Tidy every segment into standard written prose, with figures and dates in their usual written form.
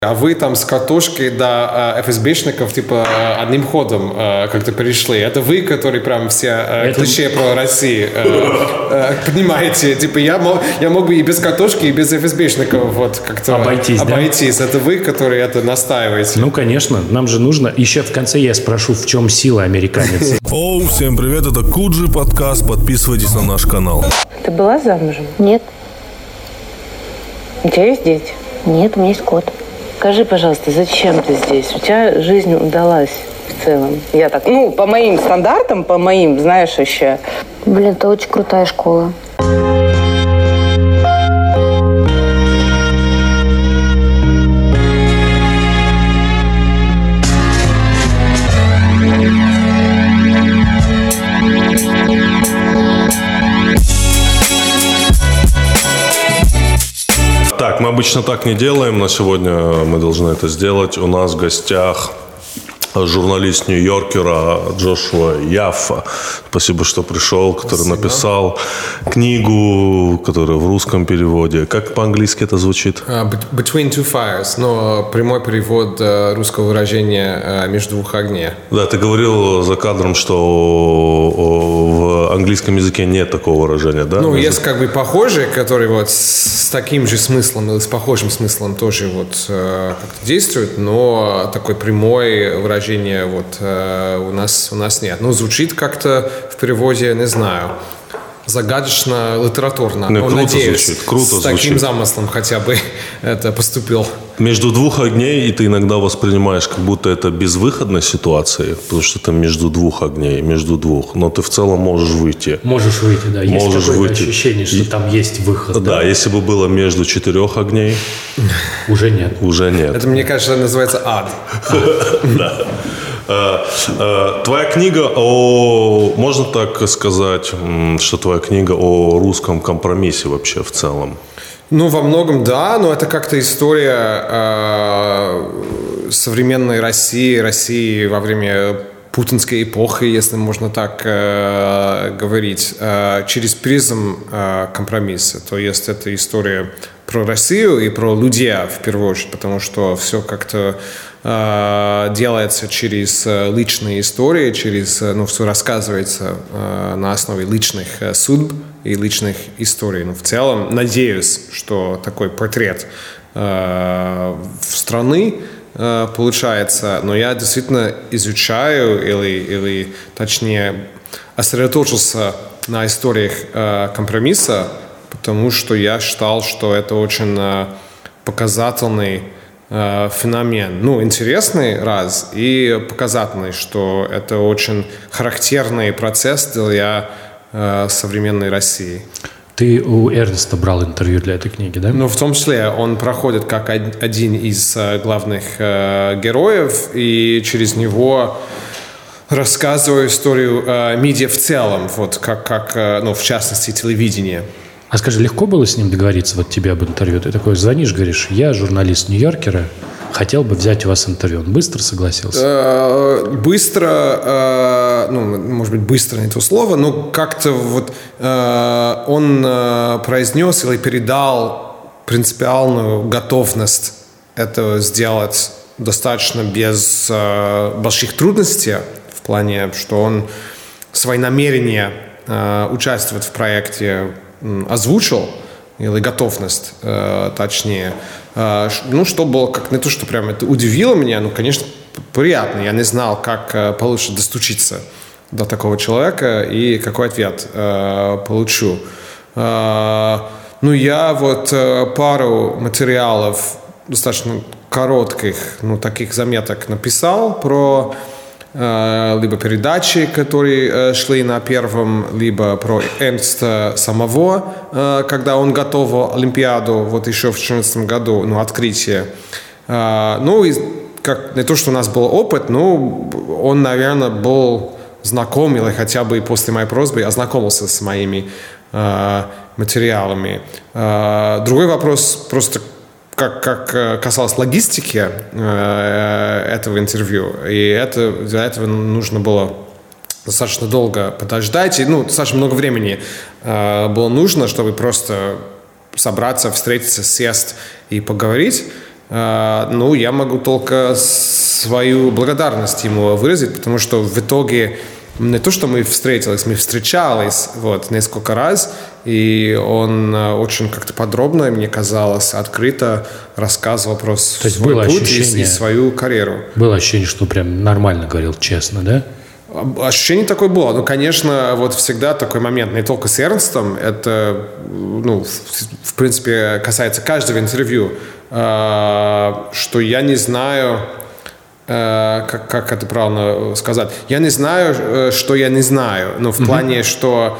А вы там с картошкой до ФСБшников типа одним ходом как-то перешли. Это вы, которые прям все клише про Россию понимаете. Типа я мог бы и без картошки, и без ФСБшников вот как-то обойтись. Да? Это вы, которые это настаиваете. Ну, конечно. Нам же нужно. Еще в конце я спрошу, в чем сила американец. Оу, всем привет. Это Куджи подкаст. Подписывайтесь на наш канал. Ты была замужем? Нет. У тебя есть дети? Нет, у меня есть кот. Скажи, пожалуйста, зачем ты здесь? У тебя жизнь удалась в целом. Я так, по моим стандартам, по моим, знаешь, еще. Блин, это очень крутая школа. Так, мы обычно так не делаем, но сегодня мы должны это сделать. У нас в гостях журналист Нью-Йоркера Джошуа Яффа. Спасибо, что пришел, который написал книгу, которая в русском переводе. Как по-английски это звучит? Between Two Fires, но прямой перевод русского выражения «между двух огней». Да, ты говорил за кадром, что в английском языке нет такого выражения, да? Есть как бы похожие, которые вот с таким же смыслом или с похожим смыслом тоже вот как-то действуют, но такой прямой выражение вот у нас нет. Звучит как-то в переводе, не знаю, загадочно, литературно. Надеюсь, круто с таким замыслом хотя бы это поступил. Между двух огней, и ты иногда воспринимаешь, как будто это безвыходная ситуация, потому что это между двух огней, между двух. Но ты в целом можешь выйти. Можешь выйти, да. Есть какое-то ощущение, что там есть выход. Да, если бы было между четырех огней. Уже нет. Это, мне кажется, называется ад. Да. Твоя книга можно так сказать, что твоя книга о русском компромиссе вообще в целом? Во многом да, но это как-то история современной России во время путинской эпохи, если можно так говорить, через призм компромисса. То есть это история про Россию и про людей в первую очередь, потому что все как-то делается через личные истории, все рассказывается на основе личных судьб и личных историй. В целом, надеюсь, что такой портрет страны получается, но я действительно изучаю или точнее осредоточился на историях компромисса, потому что я считал, что это очень показательный феномен. Интересный раз и показательный, что это очень характерный процесс для современной России. Ты у Эрнста брал интервью для этой книги, да? В том числе он проходит как один из главных героев, и через него рассказываю историю медиа в целом, вот как в частности, телевидение. А скажи, легко было с ним договориться, вот тебе об интервью? Ты такой звонишь, говоришь, я журналист Нью-Йоркера, хотел бы взять у вас интервью. Он быстро согласился? Быстро, может быть, быстро не то слово, но как-то вот он произнес или передал принципиальную готовность это сделать достаточно без больших трудностей, в плане, что он свои намерения участвовать в проекте озвучил, или готовность, точнее, что было как не то, что прям это удивило меня, конечно, приятно. Я не знал, как получше достучиться до такого человека и какой ответ получу. Я вот пару материалов достаточно коротких, таких заметок написал про либо передачи, которые шли на первом, либо про Эрнста самого, когда он готовил Олимпиаду, вот еще в 2014 году, открытие. И как, не то, что у нас был опыт, но он, наверное, был знаком, или хотя бы после моей просьбы ознакомился с моими материалами. Другой вопрос просто как касалось логистики этого интервью, и для этого нужно было достаточно долго подождать, и достаточно много времени было нужно, чтобы просто собраться, встретиться, сесть и поговорить. ну, я могу только свою благодарность ему выразить, потому что в итоге не то, что мы встретились, мы встречались вот, несколько раз, и он очень как-то подробно, мне казалось, открыто рассказывал про свой путь и свою карьеру. Было ощущение, что прям нормально говорил, честно, да? Ощущение такое было. Ну, конечно, вот всегда такой момент, не только с Эрнстом, это, ну, в принципе, касается каждого интервью, что я не знаю, как это правильно сказать, я не знаю, что я не знаю, но в плане, что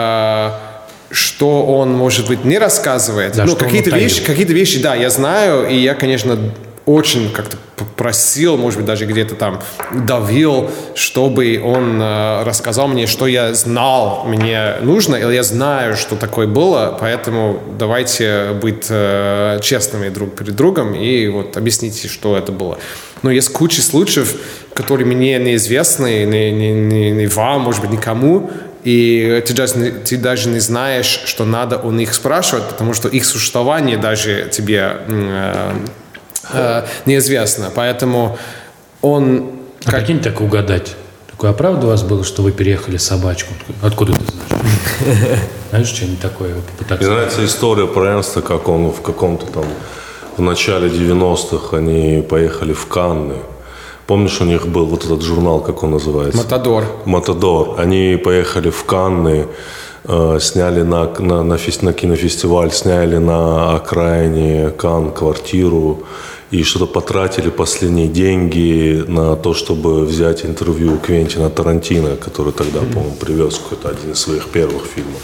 он, может быть, не рассказывает. Да, ну, какие-то вещи, да, я знаю, и я, конечно, очень как-то просил, может быть, даже где-то там давил, чтобы он рассказал мне, что я знал, мне нужно, или я знаю, что такое было, поэтому давайте быть честными друг перед другом и вот объясните, что это было. Но есть куча случаев, которые мне неизвестны, не вам, может быть, никому, и ты даже не знаешь, что надо у них спрашивать, потому что их существование даже тебе неизвестно. Поэтому он... Прикинь, так угадать. Такое, а правда у вас было, что вы переехали собачку? Откуда ты знаешь? Знаешь, что-нибудь такое попытаться? Мне нравится история про Эрнста, как он в каком-то там... В начале 90-х они поехали в Канны. Помнишь, у них был вот этот журнал, как он называется? «Матадор». Они поехали в Канны, сняли на кинофестиваль, сняли на окраине Канн квартиру и что-то потратили последние деньги на то, чтобы взять интервью у Квентина Тарантино, который тогда, по-моему, привез какой-то один из своих первых фильмов.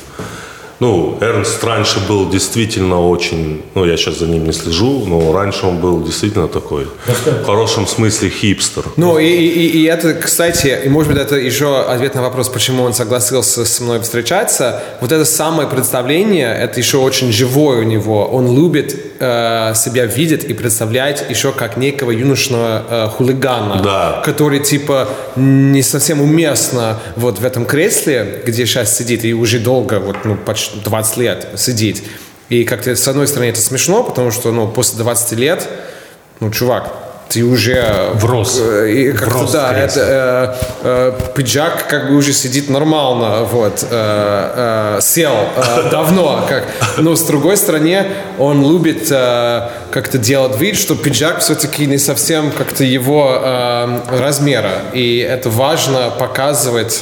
Ну, Эрнст раньше был действительно очень... Ну, я сейчас за ним не слежу, но раньше он был действительно такой, в хорошем смысле, хипстер. Ну, и это, кстати, и, может быть, это еще ответ на вопрос, почему он согласился со мной встречаться. Вот это самое представление, это еще очень живое у него. Он любит себя видеть и представлять еще как некого юношного хулигана, да, который, типа, не совсем уместно вот в этом кресле, где сейчас сидит, и уже долго, вот, ну, почти 20 лет сидеть. И как-то, с одной стороны, это смешно, потому что, ну, после 20 лет, ну, чувак, ты уже... Врос. Врос, да, это пиджак как бы уже сидит нормально, вот, сел давно. Но с другой стороны, он любит как-то делать вид, что пиджак все-таки не совсем как-то его размера. И это важно показывать,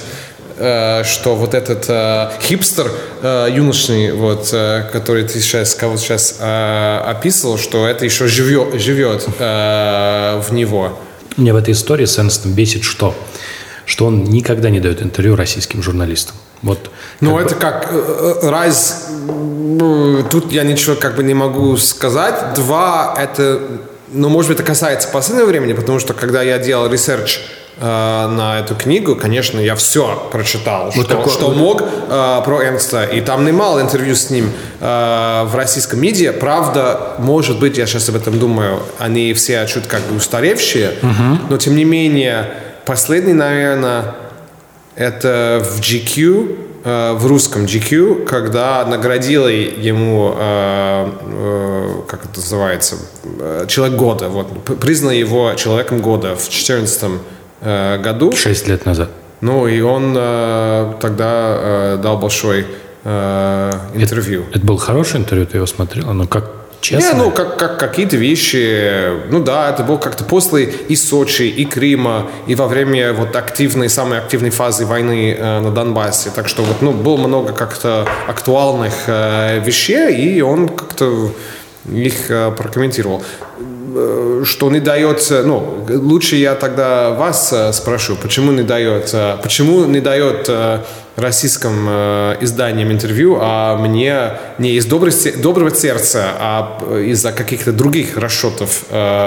что вот этот хипстер юношный, вот, который ты кого сейчас описывал, что это еще живет в него. Мне в этой истории с Эрнстом бесит что он никогда не дает интервью российским журналистам. Вот, ну, это как раз, тут я ничего как бы не могу сказать. Два, это, ну, может быть, это касается последнего времени, потому что когда я делал ресерч на эту книгу, конечно, я все прочитал, вот что мог про Эрнста, и там немало интервью с ним в российском медиа. Правда, может быть, я сейчас об этом думаю, они все чуть как бы устаревшие, но тем не менее, последний, наверное, это в GQ, в русском GQ, когда наградили ему, как это называется, Человек года, вот, признали его Человеком года в 2014 году. 6 лет назад. Ну, и он тогда дал большой интервью. Это было хорошее интервью, ты его смотрел? Ну, как честно? Не, ну, как какие-то вещи. Ну, да, это было как-то после и Сочи, и Крыма, и во время вот самой активной фазы войны на Донбассе. Так что вот, ну, было много как-то актуальных вещей, и он как-то их прокомментировал. Что не дает, ну, лучше я тогда вас спрошу, почему не дает российским изданиям интервью, а мне не из доброго сердца, а из-за каких-то других расчетов,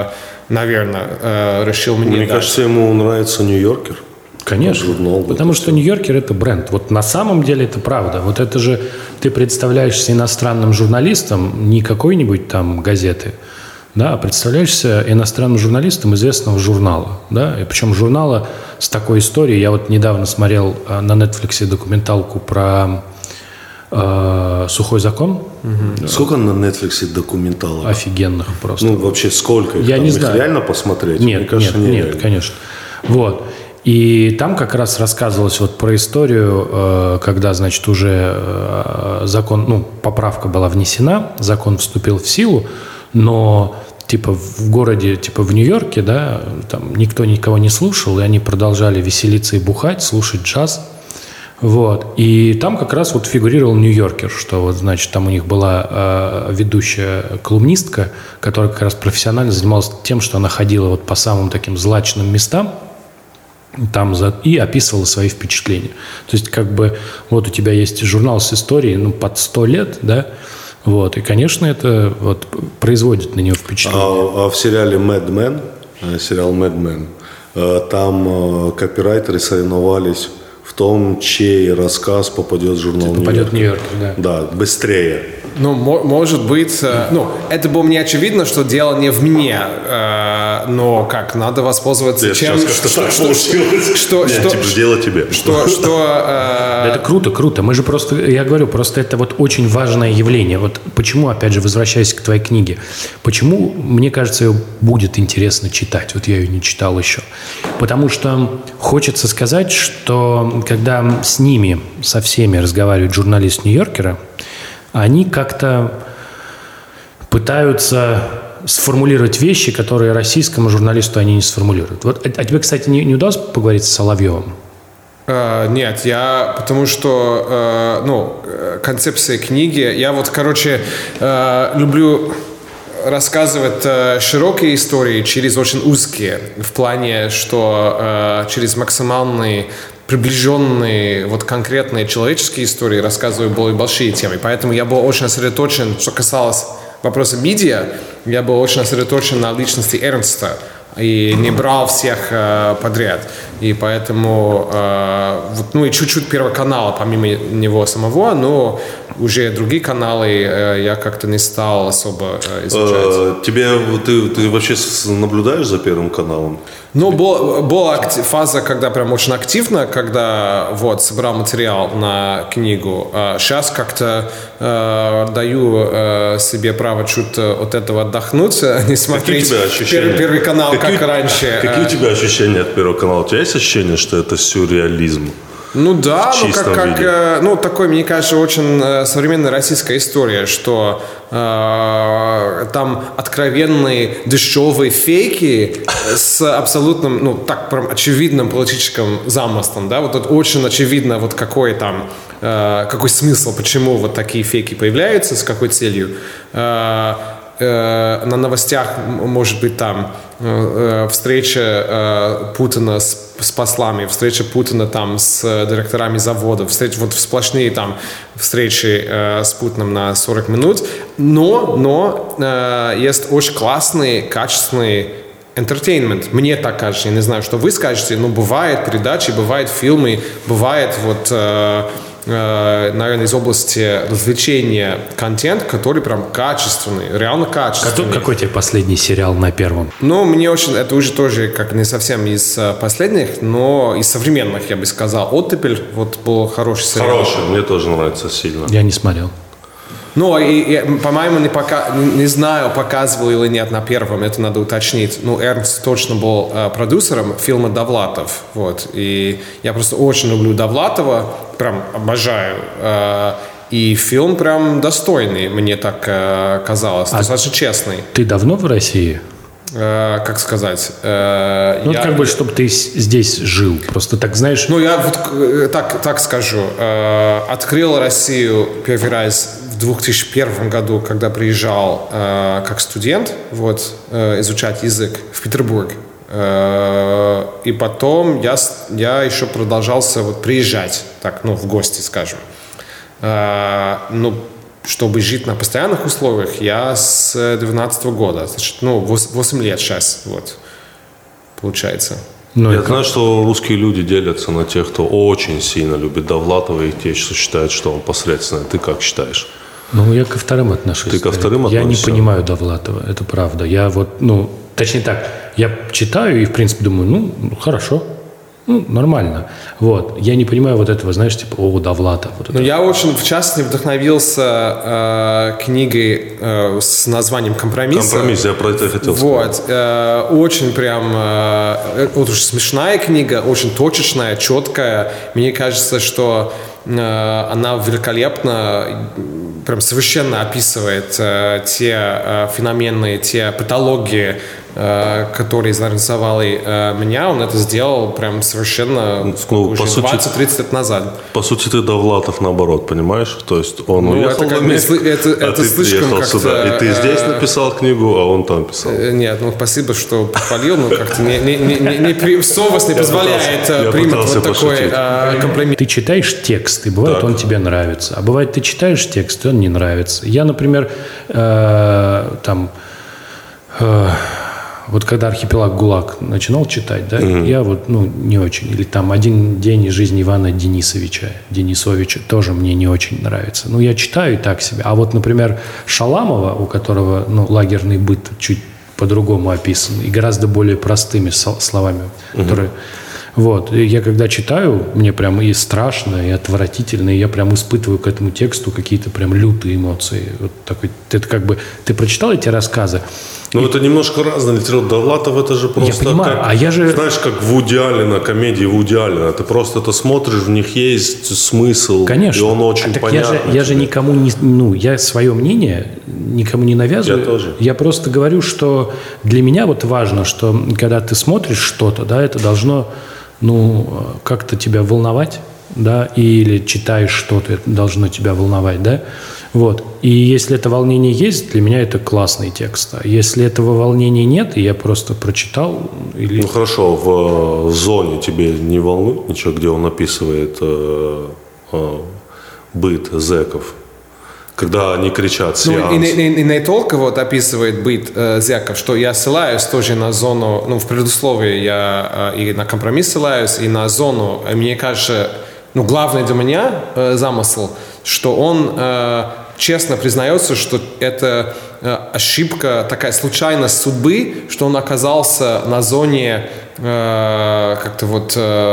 наверное, решил мне дать. Кажется, ему нравится «Нью-Йоркер». Конечно, журнал, потому что «Нью-Йоркер» — это бренд. Вот на самом деле это правда. Вот это же ты представляешься иностранным журналистом, не какой-нибудь там газеты, да, представляешься иностранным журналистом известного журнала, да, и причем журнала с такой историей. Я вот недавно смотрел на Netflix документалку про «Сухой закон». Сколько на Netflix документалок? Офигенных просто. Ну, вообще сколько их? Я там? не Их знаю. реально посмотреть? Нет, Мне кажется, нет, конечно. Вот. И там как раз рассказывалось вот про историю, когда, значит, уже закон, ну, поправка была внесена, закон вступил в силу, но типа в городе, типа в Нью-Йорке, да, там никто никого не слушал, и они продолжали веселиться и бухать, слушать джаз. Вот. И там как раз вот фигурировал Нью-Йоркер, что вот, значит, там у них была ведущая колумнистка, которая как раз профессионально занималась тем, что она ходила вот по самым таким злачным местам там и описывала свои впечатления. То есть как бы вот у тебя есть журнал с историей, ну, под 100 лет, да, вот, и, конечно, это вот производит на него впечатление. А в сериале Mad Men, сериал Mad Men, там копирайтеры соревновались в том, чей рассказ попадет в журнал Попадет в Нью-Йоркер, да. Да, быстрее. Ну, может быть, ну, это было мне очевидно, что дело не в мне, но как, надо воспользоваться чем... Что дело тебе. Это круто. Мы же просто, я говорю, просто это вот очень важное явление. Вот почему, опять же, возвращаясь к твоей книге, почему, мне кажется, ее будет интересно читать. Вот я ее не читал еще. Потому что хочется сказать, что когда с ними, со всеми разговаривает журналист Нью-Йоркера, они как-то пытаются сформулировать вещи, которые российскому журналисту они не сформулируют. Вот, а тебе, кстати, не удалось поговорить с Соловьевым? Нет, потому что, концепция книги, я вот, короче, люблю рассказывать широкие истории через очень узкие, в плане, что через максимальный приближенные, вот конкретные человеческие истории рассказываю более большие темы. Поэтому я был очень сосредоточен, что касалось вопроса медиа, я был очень сосредоточен на личности Эрнста и не брал всех подряд. И поэтому, и чуть-чуть Первого канала, помимо него самого, но уже другие каналы я как-то не стал особо изучать. Ты вообще наблюдаешь за Первым каналом? Ну, была фаза, когда прям очень активно, когда вот собрал материал на книгу. Сейчас как-то даю себе право чуть от этого отдохнуть, не смотреть Первый канал, как раньше. Какие у тебя ощущения от Первого канала? У тебя есть ощущение, что это сюрреализм? Ну да, такой, мне кажется, очень современная российская история, что там откровенные дешевые фейки с абсолютным, прям очевидным политическим замыслом, да, вот это очень очевидно, вот какой какой смысл, почему вот такие фейки появляются, с какой целью. На новостях, может быть, там встреча Путина с послами, встреча Путина там с директорами заводов, вот сплошные там встречи с Путиным на 40 минут, но есть очень классный, качественный entertainment. Мне так кажется, я не знаю, что вы скажете, но бывают передачи, бывают фильмы, бывает наверное, из области развлечения контент, который прям качественный, реально качественный. Какой тебе последний сериал на Первом? Ну, мне очень, это уже тоже как не совсем из последних, но из современных, я бы сказал. «Оттепель», вот был хороший сериал. Хороший, мне тоже нравится сильно. Я не смотрел. Ну, по-моему, не знаю, показывал или нет на Первом, это надо уточнить. Ну, Эрнст точно был продюсером фильма «Довлатов». Вот. И я просто очень люблю Довлатова, прям обожаю. И фильм прям достойный, мне так казалось, достаточно честный. Ты давно в России? Как сказать? Чтобы ты здесь жил. Просто так, знаешь... Ну, я вот так скажу. Открыл Россию первый раз в 2001 году, когда приезжал как студент изучать язык в Петербург. И потом я еще продолжался приезжать в гости, скажем. Чтобы жить на постоянных условиях, я с 2012 года. Значит, 8 лет сейчас, получается. Я знаю, что русские люди делятся на тех, кто очень сильно любит Довлатова, и те, что считают, что он посредственный. Ты как считаешь? Я ко вторым отношусь. Ты ко вторым относишься? Я не понимаю Довлатова, это правда. Я точнее так, я читаю и, в принципе, думаю, хорошо. Ну, нормально. Вот. Я не понимаю вот этого, знаешь, типа, Довлатов. Вот ну, я очень, в частности, вдохновился книгой с названием «Компромисс». «Компромисс», я про это хотел сказать. Вот. Очень прям... вот уж смешная книга, очень точечная, четкая. Мне кажется, что она великолепно, прям совершенно описывает те феномены, те патологии, который зарисовал меня, он это сделал прям совершенно 20-30 лет назад. По сути, ты Довлатов наоборот, понимаешь? То есть он уехал в Америку, а ты приехал сюда. И ты здесь написал книгу, а он там писал. Нет, ну спасибо, что похвалил, но как-то совесть не позволяет принять вот такой комплимент. Ты читаешь текст, и бывает, он тебе нравится. А бывает, ты читаешь текст, и он не нравится. Я, например, вот когда «Архипелаг ГУЛАГ» начинал читать, да, я вот, не очень. Или там «Один день из жизни Ивана Денисовича» тоже мне не очень нравится. Я читаю и так себе. А вот, например, Шаламова, у которого, лагерный быт чуть по-другому описан, и гораздо более простыми словами, которые... Вот, и я когда читаю, мне прям и страшно, и отвратительно, и я прям испытываю к этому тексту какие-то прям лютые эмоции. Вот такой, ты прочитал эти рассказы? Это немножко разная литература. Довлатов это же просто, я понимаю, знаешь, как Вуди Аллена, комедии Вуди Аллена. Ты просто это смотришь, в них есть смысл, конечно. И он очень понятный. Я же никому не... я свое мнение никому не навязываю. Я тоже. Я просто говорю, что для меня вот важно, что когда ты смотришь что-то, да, это должно... как-то тебя волновать, да, или читаешь что-то, это должно тебя волновать, да, вот. И если это волнение есть, для меня это классный текст. А если этого волнения нет, и я просто прочитал... Или... хорошо, в «Зоне» тебе не волнует ничего, где он описывает быт зэков? Когда они кричат «Сеанс». И не только вот описывает быт зэков, что я ссылаюсь тоже на «Зону», в предусловии я и на «Компромисс» ссылаюсь, и на «Зону». Мне кажется, главный для меня замысел, что он честно признается, что это ошибка, такая случайность судьбы, что он оказался на зоне как-то вот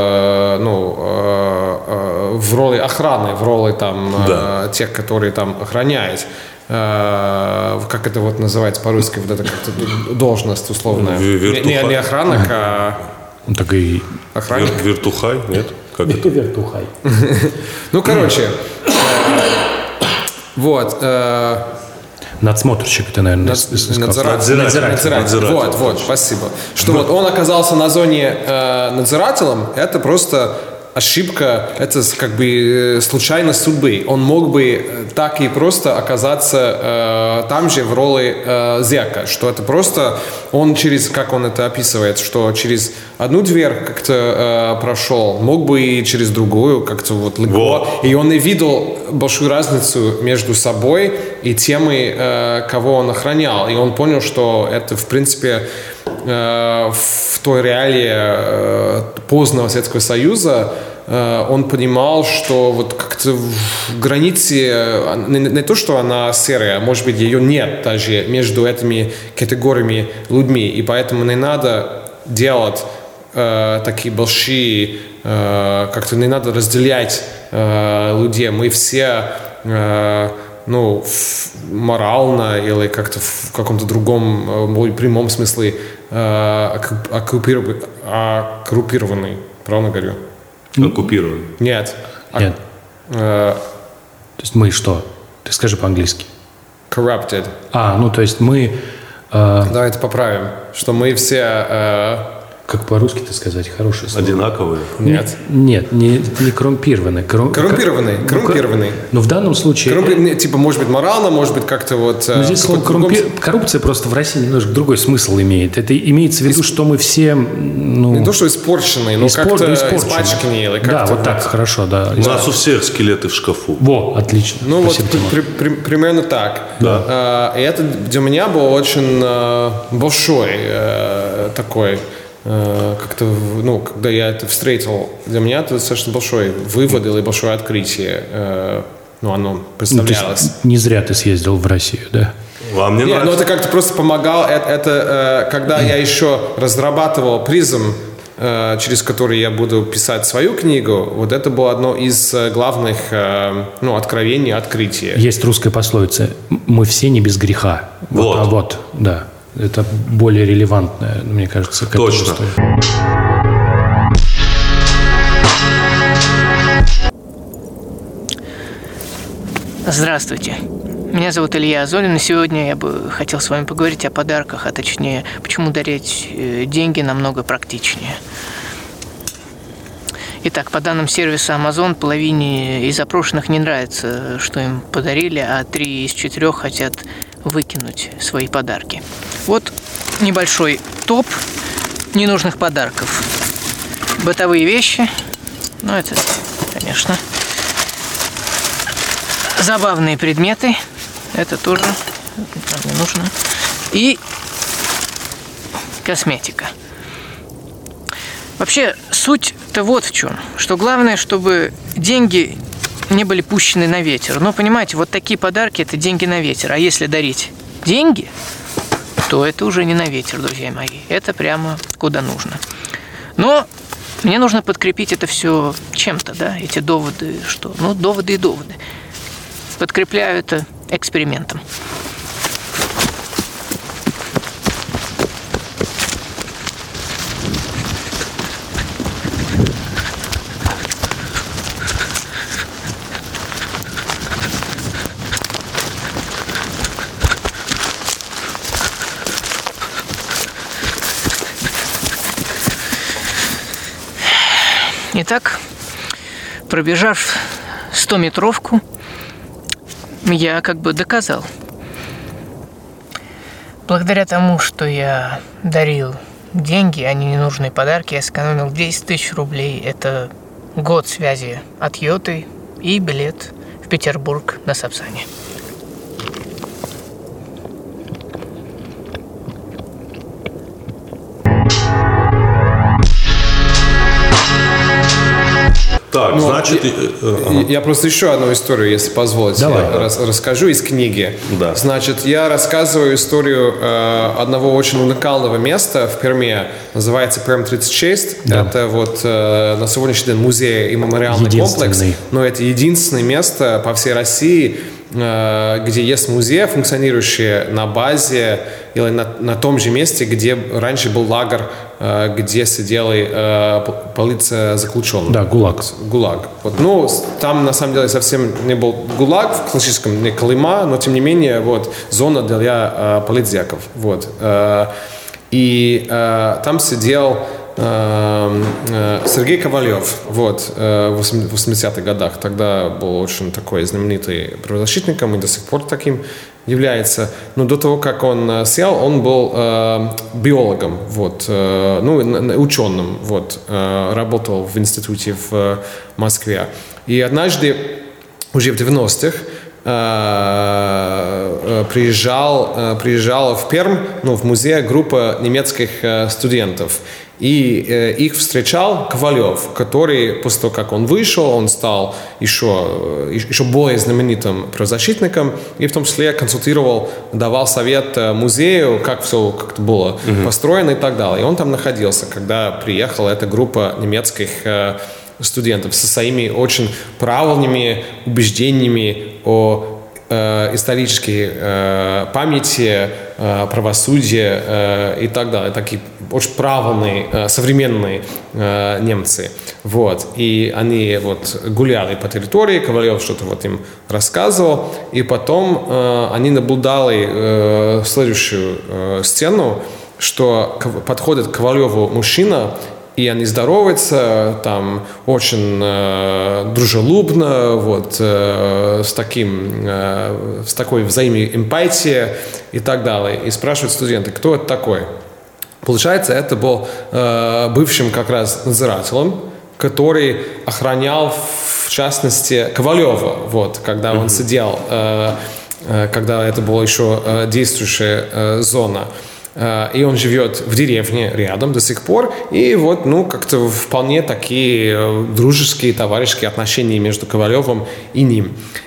в роли охраны, в роли там тех, которые там охраняют. Как это вот называется по-русски, вот это как-то должность условная. Не охранник, а так и охранник. Вертухай, нет? Как это? Вертухай. Короче, вот. Надсмотрщик, ты, наверное, надзиратель. Вот, спасибо. Что вот он оказался на зоне надзирателем, это просто ошибка, это как бы случайность судьбы. Он мог бы так и просто оказаться там же в роли зэка, что это просто он через, как он это описывает, что через одну дверь как-то прошел, мог бы и через другую как-то вот легко. И он не видел большую разницу между собой и теми, кого он охранял. И он понял, что это, в принципе, в той реалии позднего Советского Союза он понимал, что вот как-то в границе, не то, что она серая, может быть, ее нет даже между этими категориями людьми, и поэтому не надо делать такие большие, как-то не надо разделять людей. Мы все морально или как-то в каком-то другом, прямом смысле оккупированы. Правильно говорю? Оккупированы. Нет. То есть мы что? Ты скажи по-английски. Corrupted. То есть мы... Давай это поправим. Что мы все... Как по-русски-то сказать? Хорошее слово. Одинаковые? Нет. Нет, не коррумпированы. Коррумпированный. Но в данном случае... Типа, может быть, морально, может быть, как-то вот... Здесь слово коррупция просто в России немножко другой смысл имеет. Это имеется в виду, что мы все... Не то, что испорченные, но как-то испачканные. Или как-то да, вот так, хорошо, да. У нас у всех скелеты в шкафу. Отлично. Спасибо, вот примерно так. Да. И это для меня был очень большой такой... как-то, когда я это встретил, для меня это достаточно большой вывод или большое открытие. Оно представлялось. Не зря ты съездил в Россию, да? Вам не нравится? Это как-то просто помогало. Это когда я еще разрабатывал призм, через который я буду писать свою книгу, вот это было одно из главных откровений, открытий. Есть русская пословица: мы все не без греха. Вот, да. Это более релевантное, мне кажется, к этому. Точно. Здравствуйте. Меня зовут Илья Азолин, и сегодня я бы хотел с вами поговорить о подарках, а точнее, почему дарить деньги намного практичнее. Итак, по данным сервиса Amazon, половине из опрошенных не нравится, что им подарили, а 3 из 4 хотят выкинуть свои подарки. Вот небольшой топ ненужных подарков. Бытовые вещи, это, конечно, забавные предметы, это тоже нам не нужно, и косметика. Вообще, суть-то вот в чем, что главное, чтобы деньги не были пущены на ветер. Но, понимаете, вот такие подарки – это деньги на ветер. А если дарить деньги, то это уже не на ветер, друзья мои. Это прямо куда нужно. Но мне нужно подкрепить это все чем-то, да, эти доводы, что? Доводы и доводы. Подкрепляю это экспериментом. Итак, пробежав 100-метровку, я доказал. Благодаря тому, что я дарил деньги, а не ненужные подарки, я сэкономил 10 тысяч рублей. Это год связи от Йоты и билет в Петербург на Сапсане. Так, значит... Я просто еще одну историю, если позволите, расскажу из книги. Да. Значит, я рассказываю историю одного очень уникального места в Перми. Называется Перм-36. Да. Это на сегодняшний день музей и мемориальный комплекс. Но это единственное место по всей России, где есть музей, функционирующий на базе или на том же месте, где раньше был лагерь, где сидела полиция заключенных. Да, ГУЛАГ. ГУЛАГ. Там на самом деле совсем не был ГУЛАГ в классическом, не Колыма, но тем не менее зона для политзеков. И там сидел Сергей Ковалев в 80-х годах. Тогда был очень такой знаменитый правозащитником и до сих пор таким является. Но до того, как он сел, он был биологом, ученым, работал в институте в Москве. И однажды, уже в 90-х, приезжала в Пермь, в музей группа немецких студентов. И их встречал Ковалев, который после того, как он вышел, он стал еще более знаменитым правозащитником и в том числе консультировал, давал совет музею, как все как-то было построено и так далее. И он там находился, когда приехала эта группа немецких студентов со своими очень правильными убеждениями о исторической памяти, правосудия и так далее. Такие очень правильные, современные немцы. И они гуляли по территории, Ковалев что-то им рассказывал, и потом они наблюдали следующую сцену, что подходит к Ковалеву мужчина, и они здороваются там очень дружелюбно, с такой взаимной эмпатией и так далее. И спрашивают студенты, кто это такой? Получается, это был бывшим как раз надзирателем, который охранял, в частности, Ковалева, когда он сидел, когда это была еще действующая зона. И он живет в деревне рядом до сих пор. И как-то вполне такие дружеские, товарищеские отношения между Ковалевым и ним.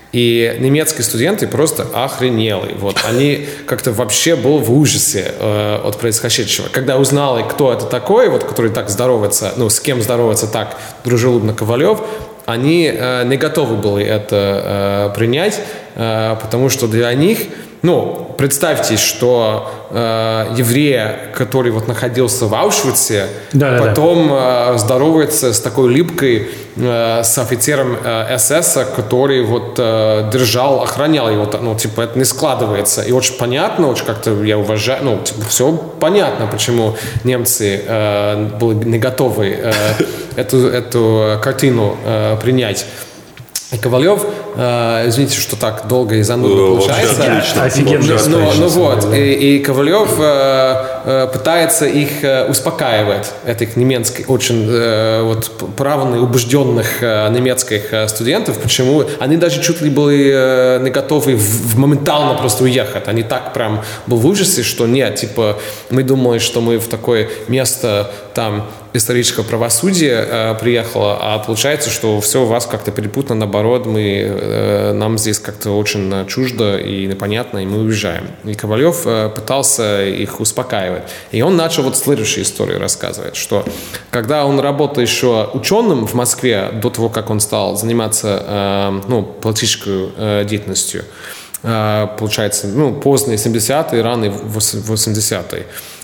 И немецкие студенты просто охренели. Вот. Они как-то вообще были в ужасе от происходящего. Когда узнали, кто это такой, вот, который так здоровается, ну, с кем здоровается так дружелюбно Ковалев, они не готовы были это принять, потому что для них, ну, представьте, что еврей, который вот находился в Аушвице, потом здоровается с такой липкой с офицером СС, который вот держал, охранял его. Ну, типа, это не складывается. И очень понятно, очень как-то я уважаю, ну, типа, все понятно, почему немцы были не готовы эту картину принять. И Ковалев, извините, что так долго и занудно получается. Офигенно. Ну вот, и Ковалев пытается их успокаивать, этих немецких, очень вот правильных, убежденных немецких студентов. Почему? Они даже чуть ли были не готовы моментально просто уехать. Они так прям были в ужасе, что нет, типа, мы думали, что мы в такое место там исторического правосудия приехало, а получается, что все у вас как-то перепутано, наоборот, нам здесь как-то очень чуждо и непонятно, и мы уезжаем. И Ковалев пытался их успокаивать. И он начал вот следующую историю рассказывать, что когда он работал еще ученым в Москве, до того, как он стал заниматься политической деятельностью, получается, поздние 70-е, ранние 80-е,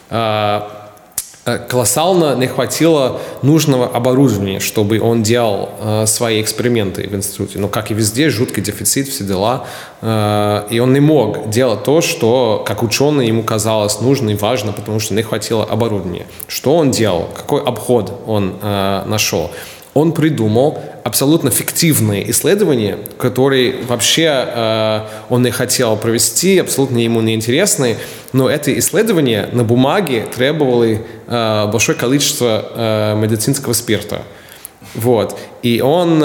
колоссально не хватило нужного оборудования, чтобы он делал свои эксперименты в институте. Но, как и везде, жуткий дефицит, все дела. И он не мог делать то, что, как ученый, ему казалось нужно и важно, потому что не хватило оборудования. Что он делал? Какой обход он нашел? Он придумал абсолютно фиктивные исследования, которые вообще он не хотел провести, абсолютно ему не интересны, но эти исследования на бумаге требовали большое количество медицинского спирта. Вот. И он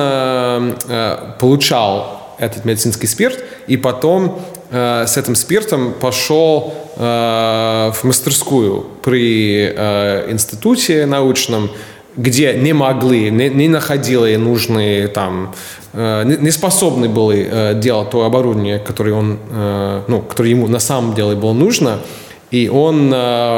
получал этот медицинский спирт, и потом с этим спиртом пошел в мастерскую при институте научном, где не могли, не находили нужные там, не способны были делать то оборудование, которое ему на самом деле было нужно. И он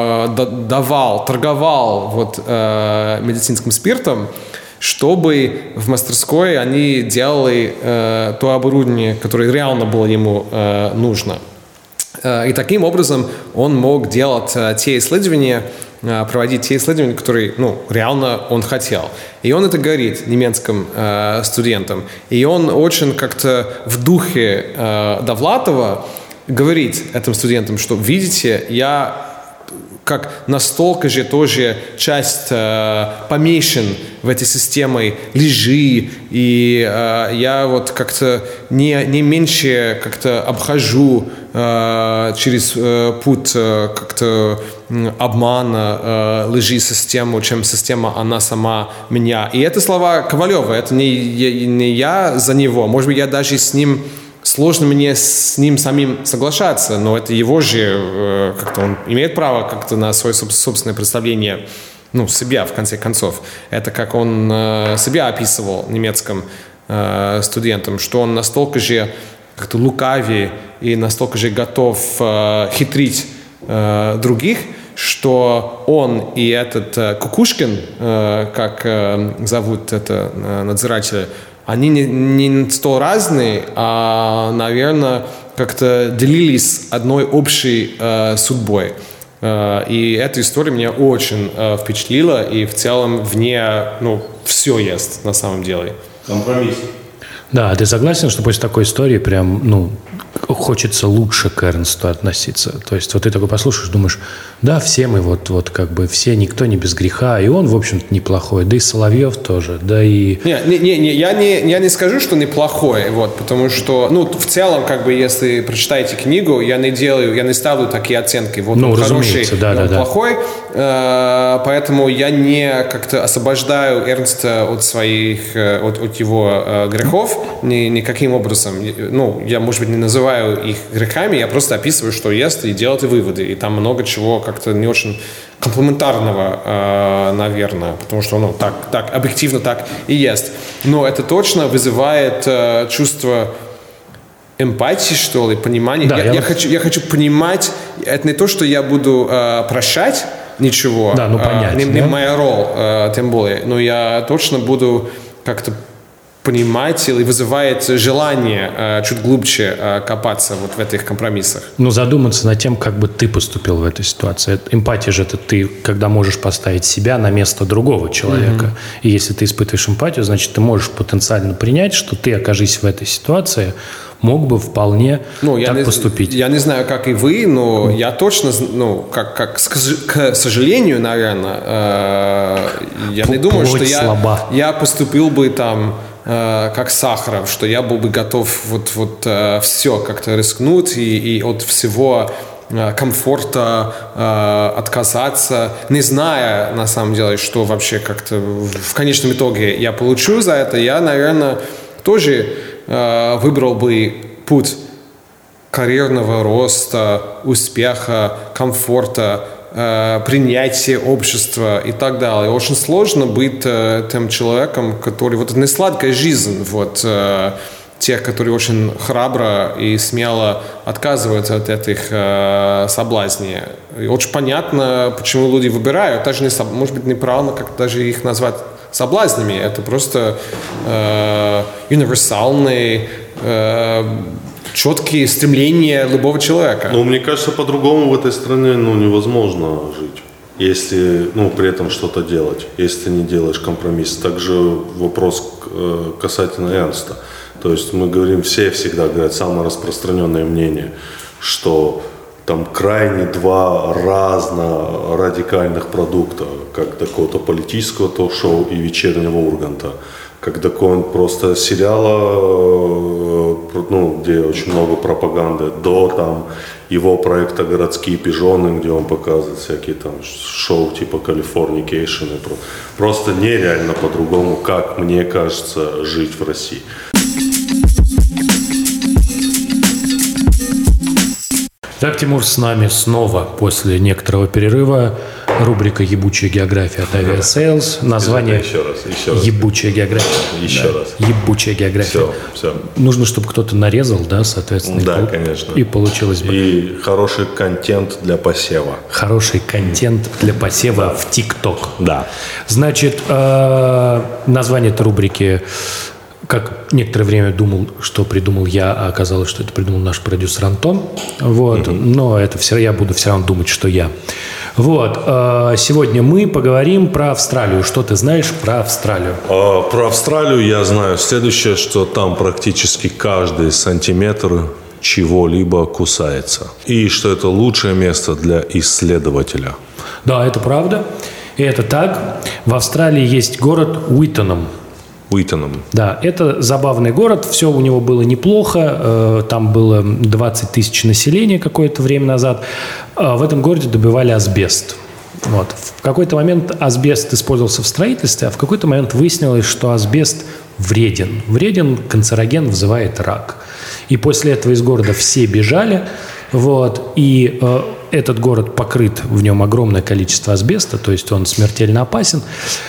торговал вот, медицинским спиртом, чтобы в мастерской они делали то оборудование, которое реально было ему нужно. И таким образом он мог делать те исследования, проводить те исследования, которые реально он хотел. И он это говорит немецким студентам. И он очень как-то в духе Довлатова говорит этим студентам, что, видите, я как настолько же тоже часть помещен в этой системе лжи, и я вот как-то не меньше как-то обхожу через путь как-то обмана, лжи систему, чем система, она сама меня. И это слова Ковалева, это не я за него, может быть, я даже с ним сложно мне с ним самим соглашаться, но это его же, как-то он имеет право как-то на свое собственное представление, себя, в конце концов. Это как он себя описывал немецким студентам, что он настолько же как-то лукавее и настолько же готов хитрить других, что он и этот Кукушкин, как зовут это надзирателя, они не столь разные, а, наверное, как-то делились одной общей судьбой. И эта история меня очень впечатлила, и в целом в ней все есть на самом деле. Компромисс. Да, а ты согласен, что после такой истории прям, хочется лучше к Эрнсту относиться? То есть вот ты такой послушаешь, думаешь, да, все мы вот как бы все, никто не без греха, и он, в общем-то, неплохой, да и Соловьев тоже, да и... Я не скажу, что неплохой, вот, потому что, в целом, как бы, если прочитаете книгу, я не ставлю такие оценки, вот он хороший, он плохой, поэтому я не как-то освобождаю Эрнста от его грехов никаким образом. Я, может быть, не называю их грехами, я просто описываю, что есть, и делаю выводы, и там много чего как-то не очень комплементарного, наверное, потому что так объективно так и есть. Но это точно вызывает чувство эмпатии, что ли, понимания. Да, я хочу понимать, это не то, что я буду прощать ничего, да, понять, не моя роль, тем более, но я точно буду как-то понимать или вызывает желание чуть глубже копаться вот в этих компромиссах. Ну, задуматься над тем, как бы ты поступил в этой ситуации. Эмпатия же это ты, когда можешь поставить себя на место другого человека. И если ты испытываешь эмпатию, значит, ты можешь потенциально принять, что ты, окажись в этой ситуации, мог бы вполне так поступить. Я не знаю, как и вы, но я точно, к сожалению, наверное, я не думаю, что я поступил бы там как Сахаров, что я был бы готов все как-то рискнуть и от всего комфорта отказаться, не зная на самом деле, что вообще как-то в конечном итоге я получу за это. Я, наверное, тоже выбрал бы путь карьерного роста, успеха, комфорта, принятие общества и так далее. Очень сложно быть тем человеком, который... Вот это не сладкая жизнь, тех, которые очень храбро и смело отказываются от этих соблазней. И очень понятно, почему люди выбирают. Даже может быть, неправильно как даже их назвать соблазнями. Это просто универсальные четкие стремления любого человека. Ну, мне кажется, по-другому в этой стране невозможно жить, если при этом что-то делать, если ты не делаешь компромисс. Также вопрос касательно Эрнста. То есть мы говорим, все всегда говорят, самое распространенное мнение, что там крайне два разно радикальных продукта, как такого-то политического ток-шоу и вечернего Урганта. Как такой просто сериала, где очень много пропаганды, до там его проекта «Городские пижоны», где он показывает всякие там шоу типа «Калифорникейшн». Просто нереально по-другому, как мне кажется, жить в России. Так, Тимур, с нами снова после некоторого перерыва рубрика «Ебучая география» от Aviasales. Название еще раз. «Ебучая география». Еще раз. «Ебучая география». Все. Нужно, чтобы кто-то нарезал, да, соответственно. Да, конечно. И получилось бы. И хороший контент для посева. Хороший контент для посева в ТикТок. Да. Значит, название этой рубрики... Как некоторое время думал, что придумал я, а оказалось, что это придумал наш продюсер Антон. Но это все, я буду все равно думать, что я. Сегодня мы поговорим про Австралию. Что ты знаешь про Австралию? Про Австралию я знаю следующее, что там практически каждый сантиметр чего-либо кусается. И что это лучшее место для исследователя. Да, это правда. И это так. В Австралии есть город Уитоном. Да, это забавный город, все у него было неплохо, там было 20 тысяч населения какое-то время назад. В этом городе добывали асбест. В какой-то момент асбест использовался в строительстве, а в какой-то момент выяснилось, что асбест вреден. Вреден, канцероген, вызывает рак. И после этого из города все бежали, и этот город покрыт, в нем огромное количество асбеста, то есть он смертельно опасен.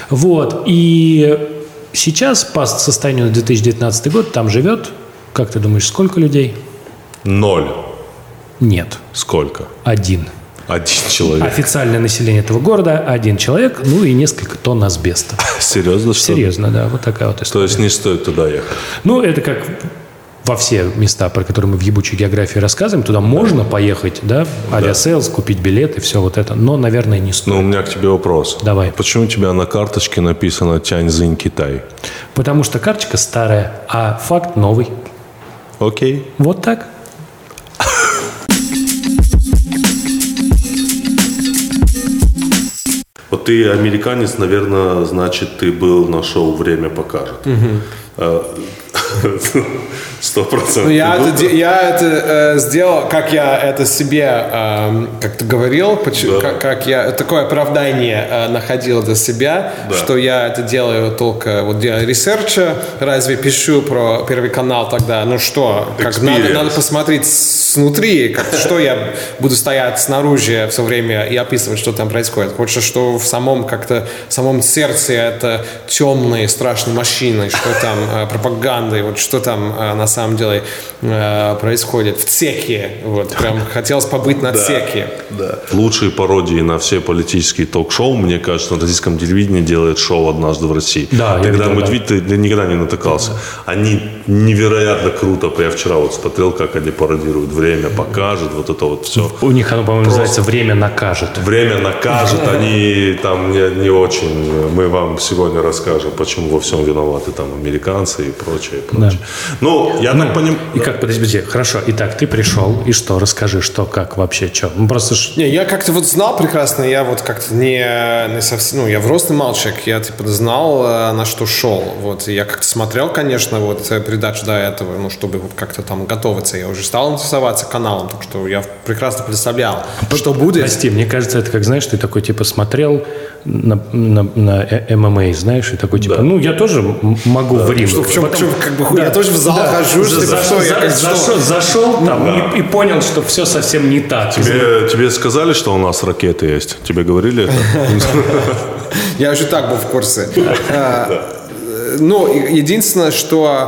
И сейчас, по состоянию на 2019 год, там живет, как ты думаешь, сколько людей? 0. Нет. Сколько? 1. 1 человек. Официальное население этого города 1 человек, и несколько тонн асбеста. Серьезно, что ли? Серьезно, да, вот такая вот история. То есть не стоит туда ехать? Это как во все места, про которые мы в «Ебучей географии» рассказываем, туда можно поехать, да, авиасейлс, купить билеты, все вот это, но, наверное, не стоит. У меня к тебе вопрос. Давай. Почему у тебя на карточке написано «Тяньцзинь, Китай»? Потому что карточка старая, а факт новый. Окей. Вот так. Ты американец, наверное, значит, ты был на шоу «Время покажет». 100%. Я это сделал, как я это себе как-то говорил, как я такое оправдание находил для себя, что я это делаю только для ресерча. Разве пишу про Первый канал тогда? Как надо посмотреть снутри, что я буду стоять снаружи все время и описывать, что там происходит. Хочется, что в самом сердце это темные страшные машины, что там пропагандой, вот что там на самом деле происходит в ЦЕКе. Вот, прям хотелось побыть на ЦЕКе. Да. Лучшие пародии на все политические ток-шоу, мне кажется, на российском телевидении делает шоу «Однажды в России». Да, когда ты никогда не натыкался. Они невероятно круто. Я вчера вот смотрел, как они пародируют «Время покажет», вот это вот все. У них оно, по-моему, называется «Время накажет». «Время накажет», они там не очень. Мы вам сегодня расскажем, почему во всем виноваты там американцы и прочее. Да. Ну, я так понимаю... И как, подожди, хорошо. Итак, ты пришел, и что? Расскажи, что, как вообще, что? Ну, просто... Не, я как-то вот знал прекрасно, я вот как-то не совсем... Ну, я взрослый мальчик, я типа знал, на что шел. Вот, и я как-то смотрел, конечно, вот передачу до этого, ну, чтобы вот как-то там готовиться. Я уже стал интересоваться каналом, так что я прекрасно представлял, что будет. Прости, мне кажется, это как, знаешь, ты такой, типа, смотрел на ММА, знаешь, и такой, типа, ну, я тоже могу в ринг. В чем, как бы, я тоже в зал хожу, зашел там и понял, что все совсем не так. Тебе сказали, что у нас ракеты есть? Тебе говорили это? Я уже так был в курсе. Ну, единственное, что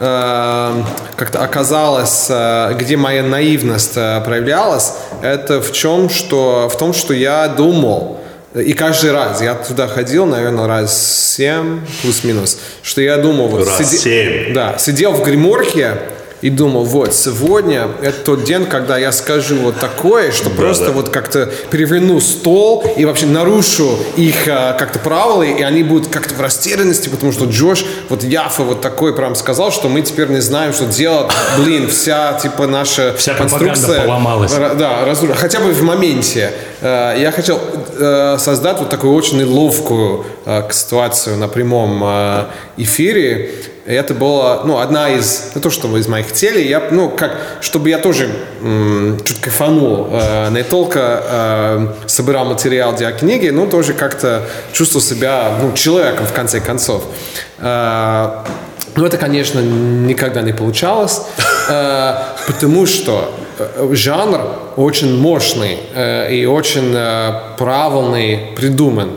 как-то оказалось, где моя наивность проявлялась, это в том, что я думал, и каждый раз, я туда ходил, наверное, раз 7, плюс-минус, что я думал, вот, сидел в гримерке и думал, вот, сегодня это тот день, когда я скажу вот такое, что просто вот как-то переверну стол и вообще нарушу их как-то правила, и они будут как-то в растерянности, потому что Джош, вот Яффа вот такой прям сказал, что мы теперь не знаем, что делать. Блин, вся типа наша конструкция поломалась. Да, хотя бы в моменте. Я хотел создать вот такую очень ловкую ситуацию на прямом эфире. И это была, ну, одна из, не то что из моих целей, чтобы я тоже чуть кайфанул, не только собирал материал для книги, но тоже как-то чувствовал себя, человеком в конце концов. Но это, конечно, никогда не получалось, потому что жанр очень мощный и очень правильный придуман.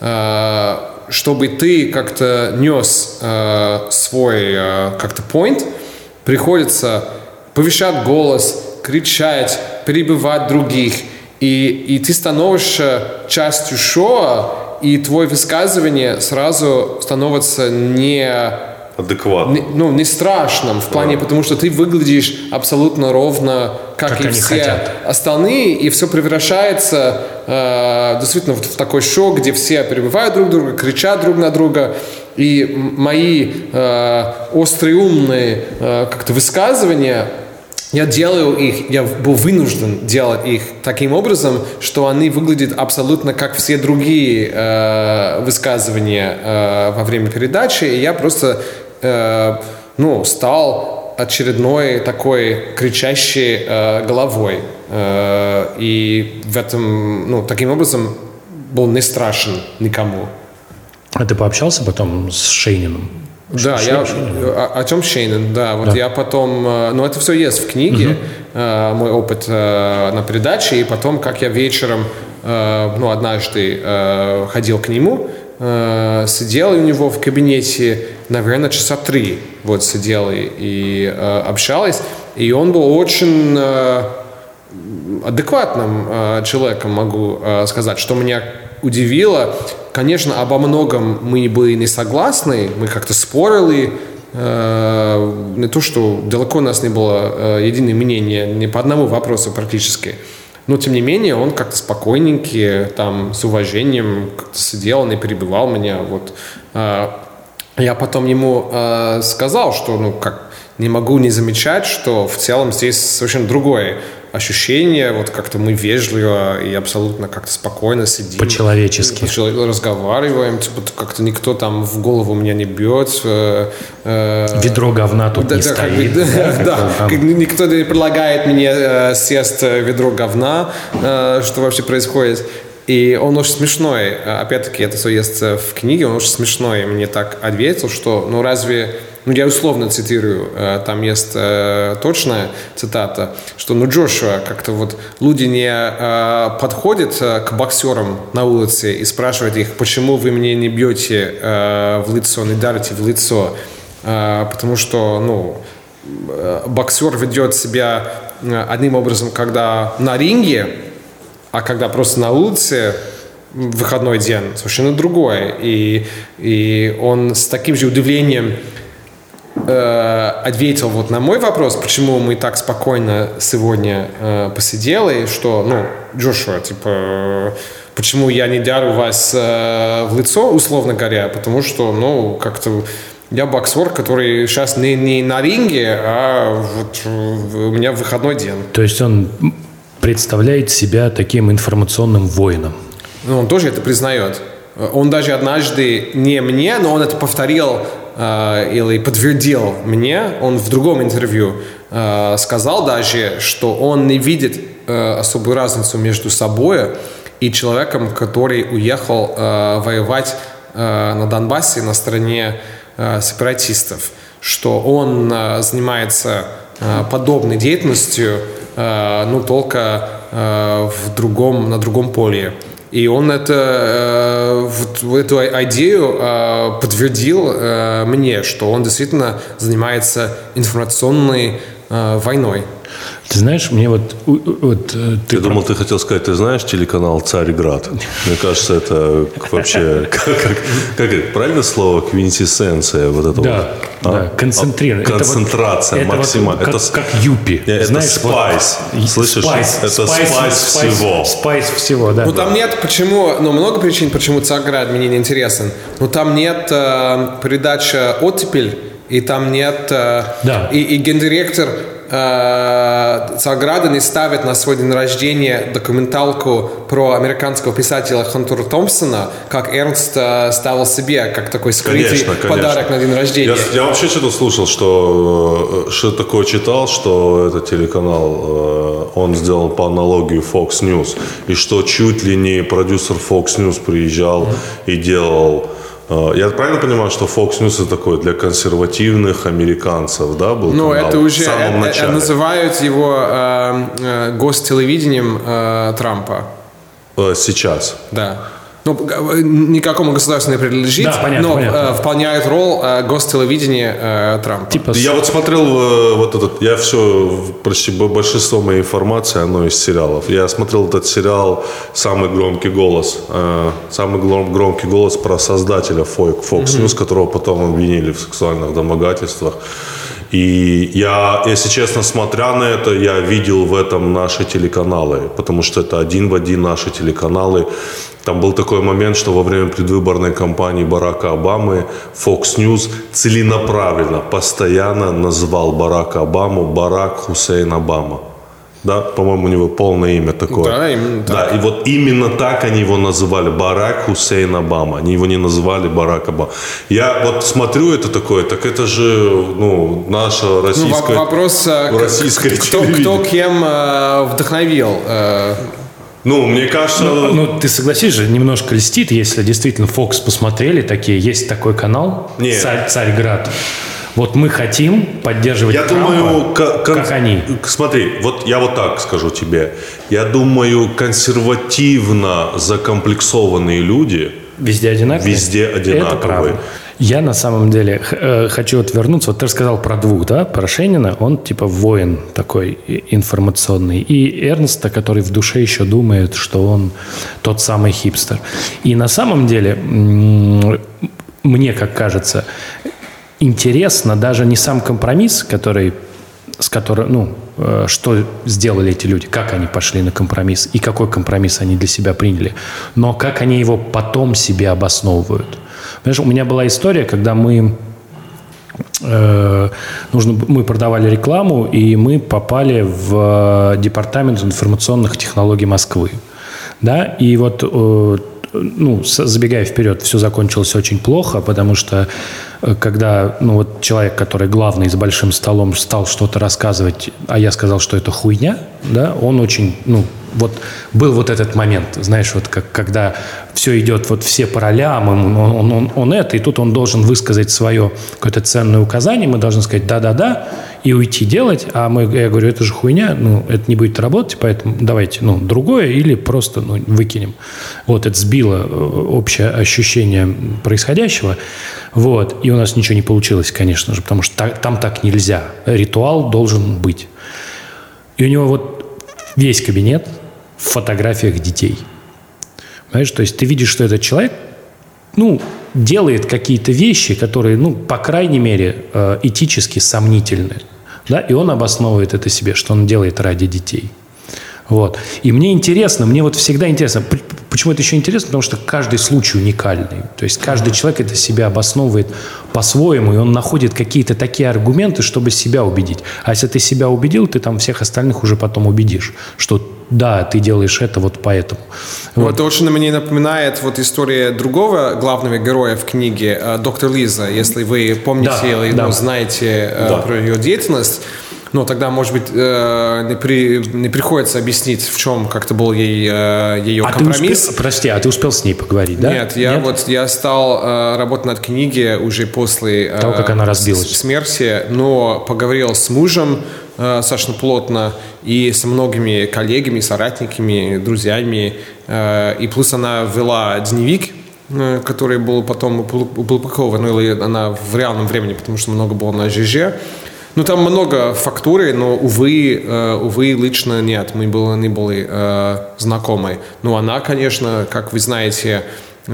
Чтобы ты как-то нес свой как-то point, приходится повышать голос, кричать, перебивать других, и ты становишься частью шоу, и твое высказывание сразу становится адекватным. Не страшным в плане, потому что ты выглядишь абсолютно ровно, как и все хотят. Остальные, и все превращается действительно в такое шоу, где все перебивают друг друга, кричат друг на друга, и мои острые умные как-то высказывания, я был вынужден делать их таким образом, что они выглядят абсолютно как все другие высказывания во время передачи, и я просто стал очередной такой кричащей головой. И в этом, таким образом, был не страшен никому. А ты пообщался потом с Шейнином? Да, о чем Шейнин, да. Вот я потом, это все есть в книге, мой опыт на передаче, и потом, как я вечером, однажды ходил к нему, сидел у него в кабинете, наверное, часа 3, вот сидел и общались, и он был очень адекватным человеком, могу сказать, что меня удивило. Конечно, обо многом мы были не согласны, мы как-то спорили, не то, что далеко у нас не было единого мнения ни по одному вопросу практически, но тем не менее он как-то спокойненький, там, с уважением как-то сидел, не перебивал меня, вот. Я потом ему сказал, что, не могу не замечать, что в целом здесь совершенно другое ощущение, вот как-то мы вежливо и абсолютно как-то спокойно сидим. По-человечески. Разговариваем, типа как-то никто там в голову меня не бьет. Ведро говна тут не стоит. Никто не предлагает мне сесть в ведро говна, что вообще происходит. И он очень смешной. Опять-таки, это все есть в книге, он очень смешной. Мне так ответил, что, разве... я условно цитирую, там есть точная цитата, что, Джошуа, как-то вот люди не подходят к боксерам на улице и спрашивают их, почему вы мне не бьете в лицо, не дарите в лицо. потому что, боксер ведет себя одним образом, когда на ринге, а когда просто на улице в выходной день, совершенно другое. И он с таким же удивлением ответил вот на мой вопрос, почему мы так спокойно сегодня посидели, что, Джошуа, почему я не дарю вас в лицо, условно говоря, потому что, как-то я боксер, который сейчас не на ринге, а вот у меня выходной день. То есть он представляет себя таким информационным воином. Он тоже это признает. Он даже однажды не мне, но он это повторил или подтвердил мне. Он в другом интервью сказал даже, что он не видит особую разницу между собой и человеком, который уехал воевать на Донбассе на стороне сепаратистов, что он занимается подобной деятельностью, только на другом поле. И он эту идею подтвердил мне, что он действительно занимается информационной войной. Ты знаешь, мне Я думал, ты хотел сказать, ты знаешь телеканал «Царьград»? Мне кажется, это вообще... Как это? Правильное слово? Квинтэссенция вот этого? Да, концентрирование. Концентрация максимальная. Это как юпи. Это спайс. Слышишь? Это спайс всего. Спайс всего, да. Там нет, почему... много причин, почему «Царьград» мне не интересен. Там нет передачи «Оттепель», и там нет... И гендиректор Царьграда не ставит на свой день рождения документалку про американского писателя Хантера Томпсона, как Эрнст ставил себе, как такой скрытый подарок на день рождения. Я вообще что-то слушал, что такое читал, что этот телеканал, он сделал по аналогии Fox News, и что чуть ли не продюсер Fox News приезжал и делал... Я правильно понимаю, что Fox News это такой для консервативных американцев, да, был канал это уже в самом начале? Называют его гостелевидением Трампа. Сейчас? Да. Никакому государству не принадлежит, понятно. выполняет роль гостелевидения Трампа. Я вот смотрел я все, почти большинство моей информации, оно из сериалов. Я смотрел этот сериал «Самый громкий голос». Самый громкий голос про создателя Fox News, которого потом обвинили в сексуальных домогательствах. И я, если честно, смотря на это, я видел в этом наши телеканалы, потому что это один в один наши телеканалы. Там был такой момент, что во время предвыборной кампании Барака Обамы Fox News целенаправленно, постоянно назвал Барака Обаму Барак Хусейн Обама. Да, по-моему, у него полное имя такое. Да, именно так. Да, и вот именно так они его называли, Барак Хусейн Обама. Они его не называли Барак Обама. Я вот смотрю это такое, так это же, наша российская... Вопрос, кто кем вдохновил. Мне кажется... ты согласись же, немножко льстит, если действительно Fox посмотрели такие, есть такой канал «Царьград». Вот мы хотим поддерживать Трампа, как они. Смотри, вот я вот так скажу тебе. Я думаю, консервативно закомплексованные люди везде одинаковые. Это правда. Я на самом деле хочу вернуться. Вот ты рассказал про двух, да? Про Шенина, он типа воин такой информационный. И Эрнста, который в душе еще думает, что он тот самый хипстер. И на самом деле, мне как кажется, интересно даже не сам компромисс, что сделали эти люди, как они пошли на компромисс и какой компромисс они для себя приняли, но как они его потом себе обосновывают. Понимаешь, у меня была история, когда мы продавали рекламу, и мы попали в департамент информационных технологий Москвы. Да? И вот забегая вперед, все закончилось очень плохо, потому что когда человек, который главный за большим столом, стал что-то рассказывать, а я сказал, что это хуйня, да, он очень вот был вот этот момент, знаешь, вот когда все идет, вот все по ролям, он это, и тут он должен высказать свое какое-то ценное указание, мы должны сказать «да-да-да», и уйти делать, я говорю, это же хуйня, это не будет работать, поэтому давайте, другое или просто, выкинем. Вот, это сбило общее ощущение происходящего, вот, и у нас ничего не получилось, конечно же, потому что там так нельзя, ритуал должен быть. И у него вот весь кабинет в фотографиях детей. Понимаешь, то есть ты видишь, что этот человек, делает какие-то вещи, которые, по крайней мере, этически сомнительны. Да? И он обосновывает это себе, что он делает ради детей. Вот. И мне интересно, мне вот всегда интересно, почему это еще интересно, потому что каждый случай уникальный. То есть каждый человек это себя обосновывает по-своему, и он находит какие-то такие аргументы, чтобы себя убедить. А если ты себя убедил, ты там всех остальных уже потом убедишь, что да, ты делаешь это вот поэтому. Вот очень мне напоминает вот история другого главного героя в книге, доктор Лиза, если вы помните или знаете про ее деятельность. Тогда, может быть, не приходится объяснить, в чем как-то был ее компромисс. А ты успел с ней поговорить, да? Нет, я стал работать над книгой уже после того, как она разбилась. Смерти, но поговорил с мужем достаточно плотно и с многими коллегами, соратниками, друзьями. И плюс она вела дневник, который был потом опубликован, или она в реальном времени, потому что много было на ЖЖ. Там много фактуры, но, увы, лично нет, мы не были знакомы. Но она, конечно, как вы знаете,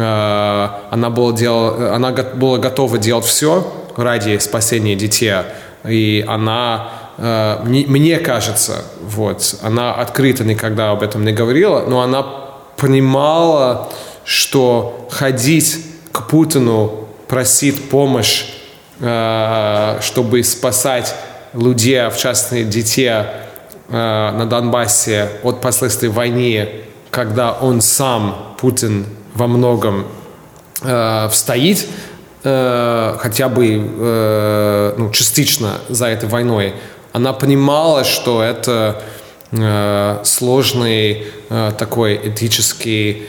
она была готова делать все ради спасения детей. И она, мне кажется, она открыто никогда об этом не говорила, но она понимала, что ходить к Путину, просить помощь, чтобы спасать людей, в частности детей на Донбассе от последствий войны, когда он сам, Путин, во многом стоит хотя бы частично за этой войной. Она понимала, что это сложный такой этический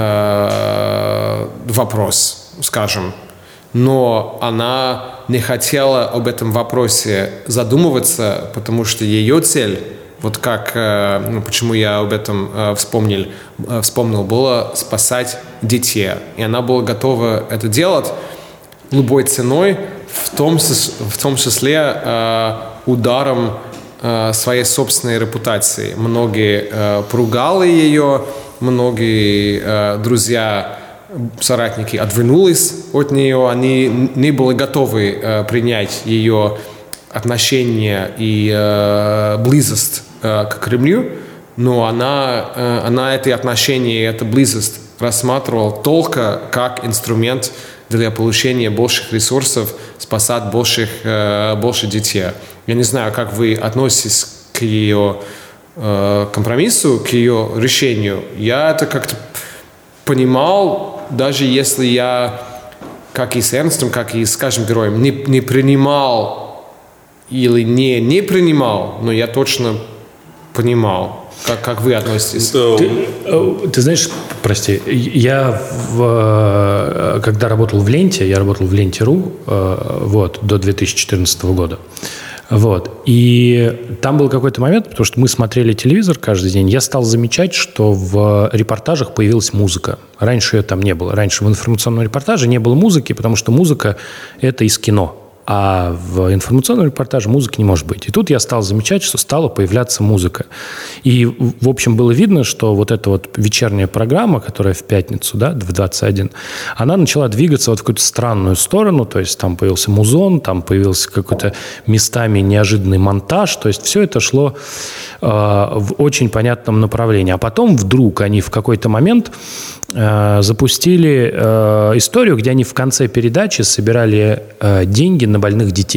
вопрос, скажем. Но она не хотела об этом вопросе задумываться, потому что ее цель, вот как, почему я об этом вспомнил, было спасать детей. И она была готова это делать любой ценой, в том числе ударом своей собственной репутации. Многие поругали ее, многие друзья, соратники отвернулись от нее, они не были готовы принять ее отношение и близость к Кремлю, но она эти отношения и эту близость рассматривала только как инструмент для получения больших ресурсов, спасать больше детей. Я не знаю, как вы относитесь к ее компромиссу, к ее решению. Я это как-то понимал, даже если я, как и с Эрнстом, как и с каждым героем, не принимал или не принимал, но я точно понимал. Как вы относитесь? Ты знаешь, прости, я когда работал в Ленте, я работал в Ленте.ру до 2014 года. И там был какой-то момент, потому что мы смотрели телевизор каждый день, я стал замечать, что в репортажах появилась музыка. Раньше ее там не было. Раньше в информационном репортаже не было музыки, потому что музыка – это из кино. А в информационном репортаже музыки не может быть. И тут я стал замечать, что стала появляться музыка. И, в общем, было видно, что вот эта вот вечерняя программа, которая в пятницу, в 21, она начала двигаться в какую-то странную сторону. То есть там появился музон, там появился какой-то местами неожиданный монтаж. То есть все это шло в очень понятном направлении. А потом вдруг они в какой-то момент запустили историю, где они в конце передачи собирали деньги на больных детей.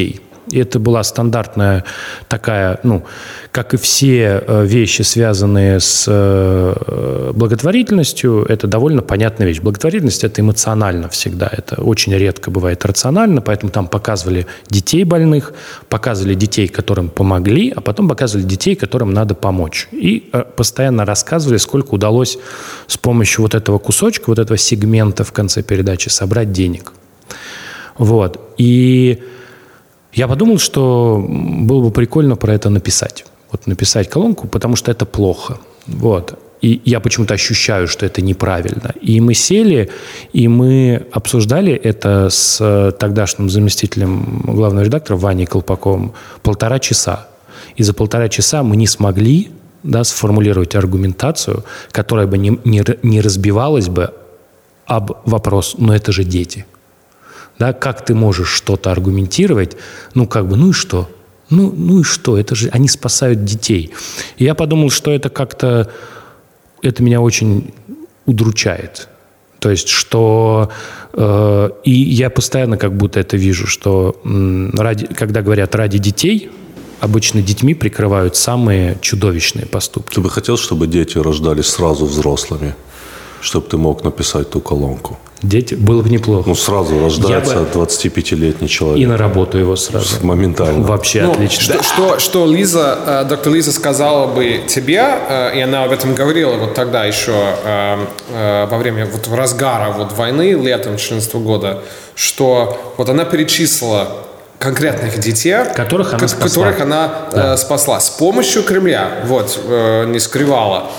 И это была стандартная такая, ну, как и все вещи, связанные с благотворительностью, это довольно понятная вещь. Благотворительность – это эмоционально всегда. Это очень редко бывает рационально, поэтому там показывали детей больных, показывали детей, которым помогли, а потом показывали детей, которым надо помочь. И постоянно рассказывали, сколько удалось с помощью вот этого кусочка, вот этого сегмента в конце передачи собрать денег. Вот. И я подумал, что было бы прикольно про это написать. Вот написать колонку, потому что это плохо. Вот. И я почему-то ощущаю, что это неправильно. И мы сели, и мы обсуждали это с тогдашним заместителем главного редактора Ваней Колпаковым 1,5 часа. И за 1,5 часа мы не смогли, да, сформулировать аргументацию, которая бы не разбивалась бы об вопрос, но это же дети. Да, как ты можешь что-то аргументировать, ну как бы, ну и что? Ну и что? Это же они спасают детей. И я подумал, что это как-то, это меня очень удручает. То есть, что и я постоянно как будто это вижу, что когда говорят ради детей, обычно детьми прикрывают самые чудовищные поступки. Ты бы хотел, чтобы дети рождались сразу взрослыми, чтобы ты мог написать ту колонку? Дети, было бы неплохо. Ну, сразу рождается 25-летний человек. И на работу его сразу. Моментально. Вообще отлично. Что доктор Лиза сказала бы тебе, и она об этом говорила вот тогда еще, во время вот разгара вот войны, летом 2014 года, что вот она перечислила конкретных детей, которых она спасла с помощью Кремля, вот, не скрывала.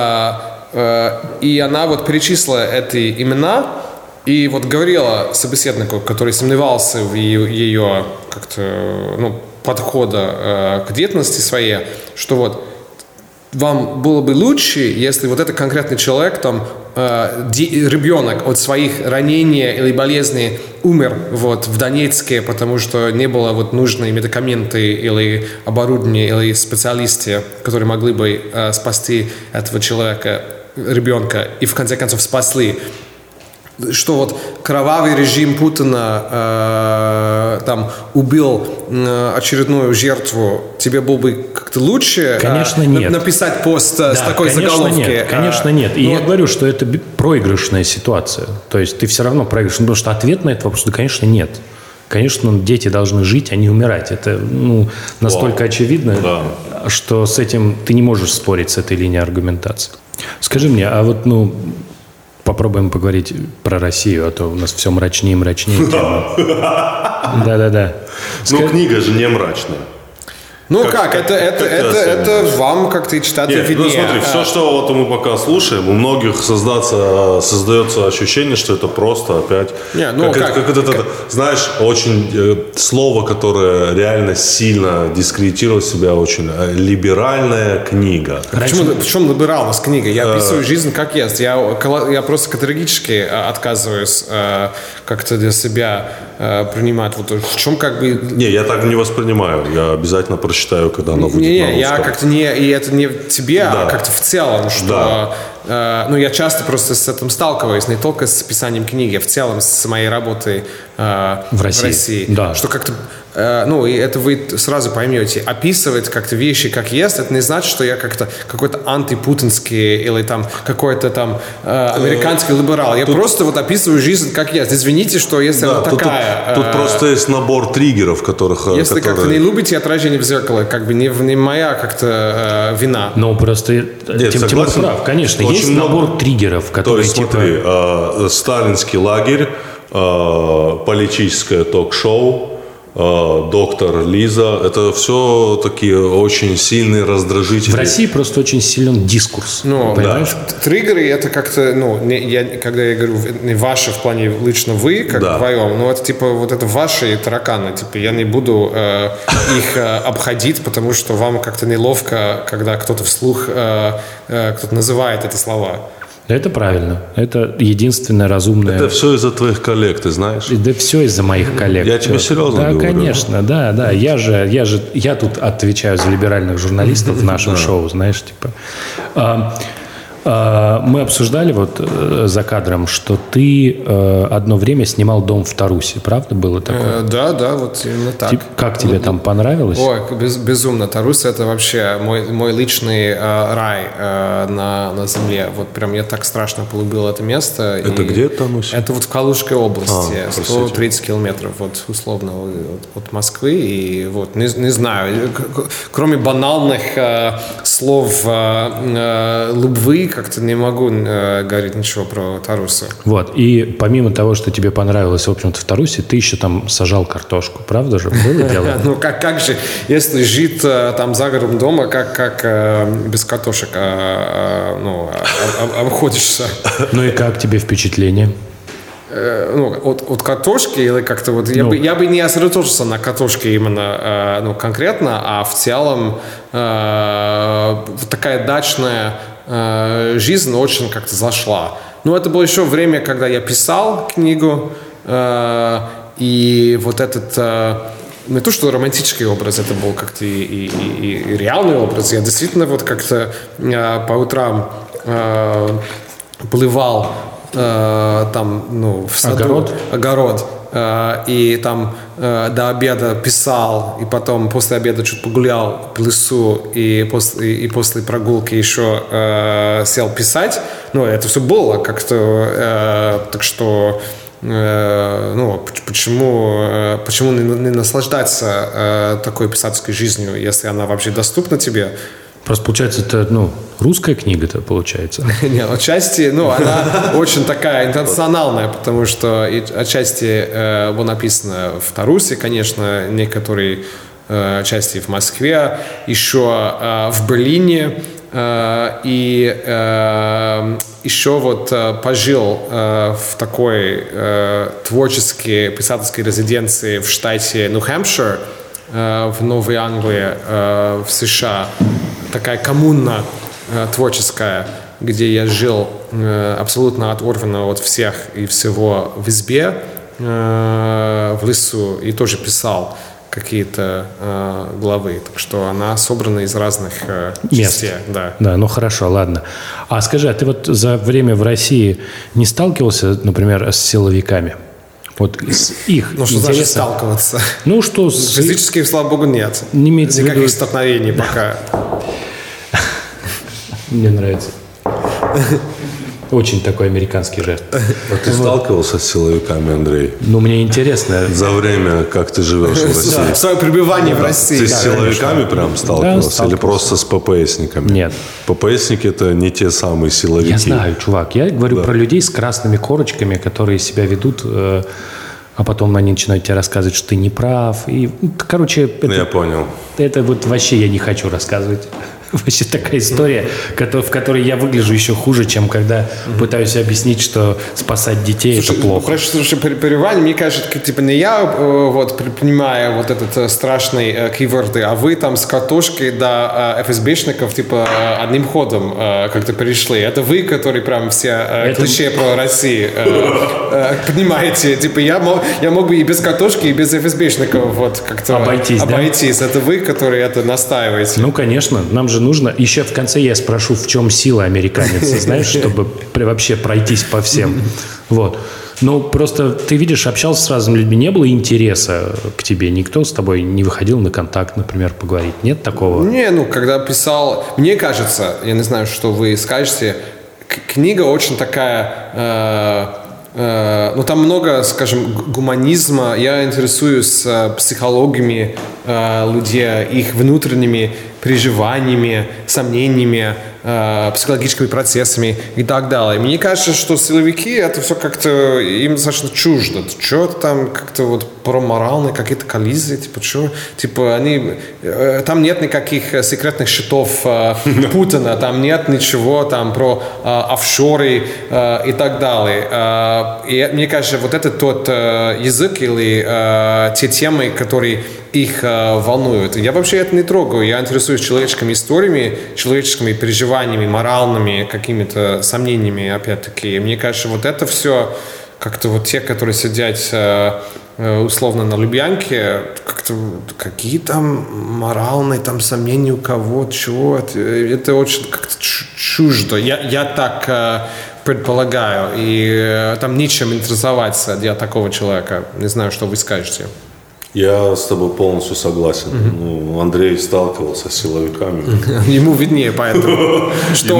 И она вот перечислила эти имена и вот говорила собеседнику, который сомневался в ее как-то, ну, подхода к деятельности своей, что вот вам было бы лучше, если вот этот конкретный человек, там, ребенок от своих ранений или болезней умер вот в Донецке, потому что не было вот нужные медикаменты или оборудование, или специалисты, которые могли бы спасти этого человека, ребенка, и в конце концов спасли. Что вот кровавый режим Путина там убил очередную жертву, тебе было бы как-то лучше написать пост с такой заголовки? Конечно, нет. И я говорю, что это проигрышная ситуация. То есть ты все равно проигрышный, потому что ответ на этот вопрос, да, конечно, нет. Конечно, дети должны жить, а не умирать. Это настолько очевидно, что с этим ты не можешь спорить, с этой линией аргументации. Скажи мне, а вот, попробуем поговорить про Россию, а то у нас все мрачнее и мрачнее. Да. Книга же не мрачная. Это вам как-то читателю виднее. Смотри, все, что вот мы пока слушаем, у многих создается ощущение, что это просто опять... Знаешь, очень слово, которое реально сильно дискредитировало себя, очень либеральная книга. Причем либеральная книга? Я описываю жизнь как есть. Я просто категорически отказываюсь как-то для себя принимать. Вот в чем как бы... Не, я так не воспринимаю. Я обязательно прочитаю, когда она будет на русском. Я как-то и это не тебе, а как-то в целом, что... я часто просто с этим сталкиваюсь, не только с писанием книги, а в целом с моей работой в России. Да. Что как-то... и это вы сразу поймете. Описывать как-то вещи как есть, это не значит, что я как-то какой-то антипутинский или там какой-то там американский либерал. Я просто вот описываю жизнь как есть. Извините, что если она такая... Тут просто есть набор триггеров, которых... Если как-то не любите отражение в зеркало, как бы не моя как-то вина. Но просто... Тимур прав, конечно. Есть набор триггеров, которые... То есть, смотри, сталинский лагерь, политическое ток-шоу, доктор Лиза, это все такие очень сильные раздражители. В России просто очень силен дискурс. Понимаешь? Триггеры это как-то, когда я говорю не ваши в плане лично вы, как вдвоем, это типа вот это ваши тараканы, типа я не буду их обходить, потому что вам как-то неловко, когда кто-то вслух кто-то называет эти слова. Это правильно. Это единственное разумное. Это все из-за твоих коллег, ты знаешь? Да все из-за моих коллег. Я тебе серьезно говорю. Да, конечно, да. Я тут отвечаю за либеральных журналистов в нашем шоу, знаешь, типа. Мы обсуждали вот за кадром, что ты одно время снимал дом в Тарусе. Правда было такое? Да, вот именно так. Как тебе там понравилось? Ой, безумно. Тарус — это вообще мой личный рай на земле. Вот прям я так страшно полюбил это место. Это где Тарусе? Это вот в Калужской области. 130 километров вот, условно от Москвы. И вот, не знаю, кроме банальных слов любви, как-то не могу говорить ничего про Тарусу. Вот, и помимо того, что тебе понравилось, в общем-то, в Тарусе, ты еще там сажал картошку, правда же? Было дело? Ну, как же, если жить там за городом дома, как без картошек обходишься? Ну и как тебе впечатление? От картошки или как-то вот я бы не сосредоточился на картошке именно конкретно, а в целом вот такая дачная жизнь очень как-то зашла. Но это было еще время, когда я писал книгу, и вот этот не то, что романтический образ, это был как-то и реальный образ. Я действительно вот как-то по утрам плывал там, в саду. Огород. И там до обеда писал, и потом после обеда чуть погулял по лесу, и после прогулки еще сел писать. Это все было как-то, так что почему не наслаждаться такой писательской жизнью, если она вообще доступна тебе? Просто, получается, это, русская книга-то, получается. Нет, отчасти, она очень такая интернациональная, потому что отчасти написано в Тарусе, конечно, некоторые части в Москве, еще в Берлине, и еще вот пожил в такой творческой писательской резиденции в штате Нью-Хэмпшир, в Новой Англии, в США, такая коммуна творческая, где я жил абсолютно оторванно от всех и всего в избе, в лесу, и тоже писал какие-то главы. Так что она собрана из разных частей. Да, хорошо, ладно. А скажи, а ты вот за время в России не сталкивался, например, с силовиками? Вот их что значит сталкиваться? Физически, слава богу, нет. Не имеется в виду... Никаких столкновений пока. Мне нравится. Очень такой американский жест. А ты сталкивался с силовиками, Андрей? Мне интересно. За время, как ты живешь в России? Свое пребывание в России. Ты с силовиками прям сталкивался? Или просто с ППСниками? Нет. ППСники — это не те самые силовики. Я знаю, чувак. Я говорю про людей с красными корочками, которые себя ведут, а потом они начинают тебе рассказывать, что ты не прав. И, я понял. Это вот вообще я не хочу рассказывать. Вообще такая история, в которой я выгляжу еще хуже, чем когда пытаюсь объяснить, что спасать детей это плохо. Слушай, прерывание, мне кажется, не я принимаю вот этот страшный кейворды, а вы там с картошкой до ФСБшников одним ходом как-то перешли. Это вы, которые прям все клише про Россию понимаете. Я мог бы и без картошки, и без ФСБшников как-то обойтись. Да? Это вы, которые это настаиваете. Конечно, нам же нужно. Еще в конце я спрошу, в чем сила американца, знаешь, чтобы вообще пройтись по всем. Вот. Просто ты видишь, общался с разными людьми, не было интереса к тебе, никто с тобой не выходил на контакт, например, поговорить. Нет такого? Когда писал, мне кажется, я не знаю, что вы скажете, книга очень такая... там много, скажем, гуманизма. Я интересуюсь психологиями людей, их внутренними переживаниями, сомнениями, психологическими процессами и так далее. Мне кажется, что силовики, это все как-то им достаточно чуждо. Что-то там как-то про моральные какие-то коллизии, они... Там нет никаких секретных счетов Путина, там нет ничего там про офшоры и так далее. И мне кажется, вот это тот язык или те темы, которые их волнуют. Я вообще это не трогаю. Я интересуюсь человеческими историями, человеческими переживаниями, моральными какими-то сомнениями, опять-таки. Мне кажется, вот это все как-то те, которые сидят условно на Лубянке, как-то какие там моральные там сомнения у кого, чего, это очень как-то чуждо. Я так предполагаю, и там нечем интересоваться для такого человека. Не знаю, что вы скажете. Я с тобой полностью согласен. Ну, Андрей сталкивался с силовиками. Ему виднее, поэтому, что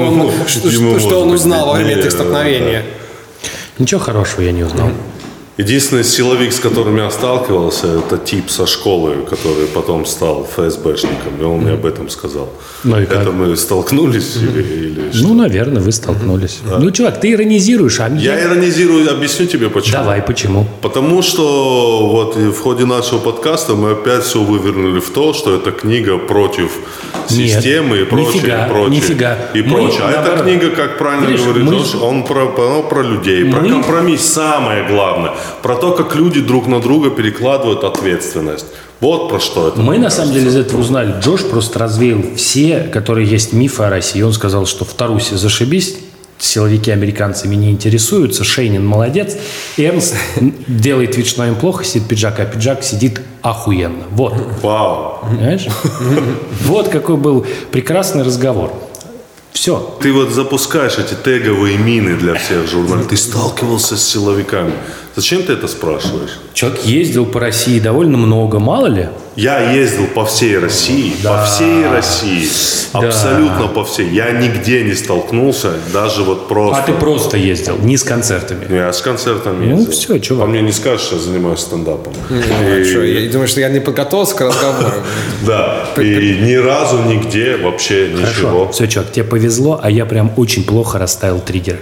он узнал во время этих столкновений. Ничего хорошего я не узнал. Единственный силовик, с которым я сталкивался, это тип со школы, который потом стал ФСБшником, и он мне об этом сказал. Ну и как? Это мы столкнулись или что? Ну, наверное, вы столкнулись. Да. Ну, чувак, ты иронизируешь, а я иронизирую, объясню тебе почему. Давай, почему? Потому что вот в ходе нашего подкаста мы опять все вывернули в то, что это книга против системы и прочее, нифига. И прочее. А эта книга, как правильно говорит Джош, он про людей, про компромисс, самое главное. Про то, как люди друг на друга перекладывают ответственность. Вот про что это. Мы, на самом деле, из этого узнали. Джош просто развеял все, которые есть мифы о России. Он сказал, что в Тарусе зашибись, силовики американцами не интересуются, Шейнин молодец, Эрнст делает вид, что им плохо, сидит пиджак, а пиджак сидит охуенно. Вот. Вау. Понимаешь? Вот какой был прекрасный разговор. Все. Ты вот запускаешь эти теговые мины для всех журналистов. Ты сталкивался с силовиками. Зачем ты это спрашиваешь? Человек ездил по России довольно много, мало ли? Я ездил по всей России, по всей России, абсолютно по всей. Я нигде не столкнулся, даже вот просто. А ты просто ездил, не с концертами? Я с концертами ездил. Ну все, чувак. По мне не скажешь, что я занимаюсь стендапом. Я думаю, что я не подготовился к разговору. Да, и ни разу нигде вообще ничего. Все, чувак, тебе повезло, а я прям очень плохо расставил триггеры.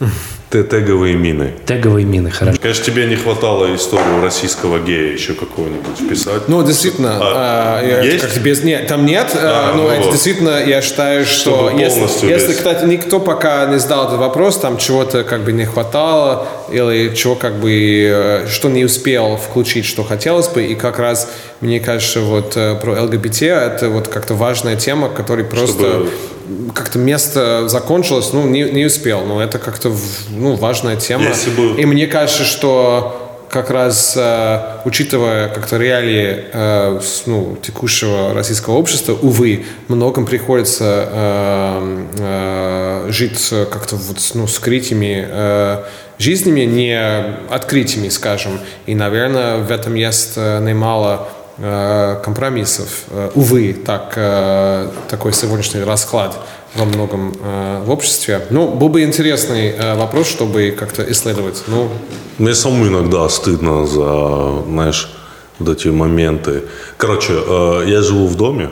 Теговые мины. Теговые мины, хорошо. Конечно, тебе не хватало историю российского гея еще какого-нибудь вписать. Ну, действительно. Есть? Как нет, там нет. Но это действительно, я считаю, что если, кстати, никто пока не задал этот вопрос, там чего-то как бы не хватало, или чего как бы, что не успел включить, что хотелось бы, и как раз, мне кажется, вот про ЛГБТ, это вот как-то важная тема, которая просто... как-то место закончилось, ну, не успел. Но это как-то, важная тема. И мне кажется, что как раз, учитывая как-то реалии текущего российского общества, увы, многим приходится жить как-то вот, скрытыми жизнями, не открытыми, скажем. И, наверное, в этом есть немало компромиссов. Увы, такой сегодняшний расклад во многом в обществе. Ну, был бы интересный вопрос, чтобы как-то исследовать. Мне самому иногда стыдно за, знаешь, вот эти моменты. Короче, я живу в доме,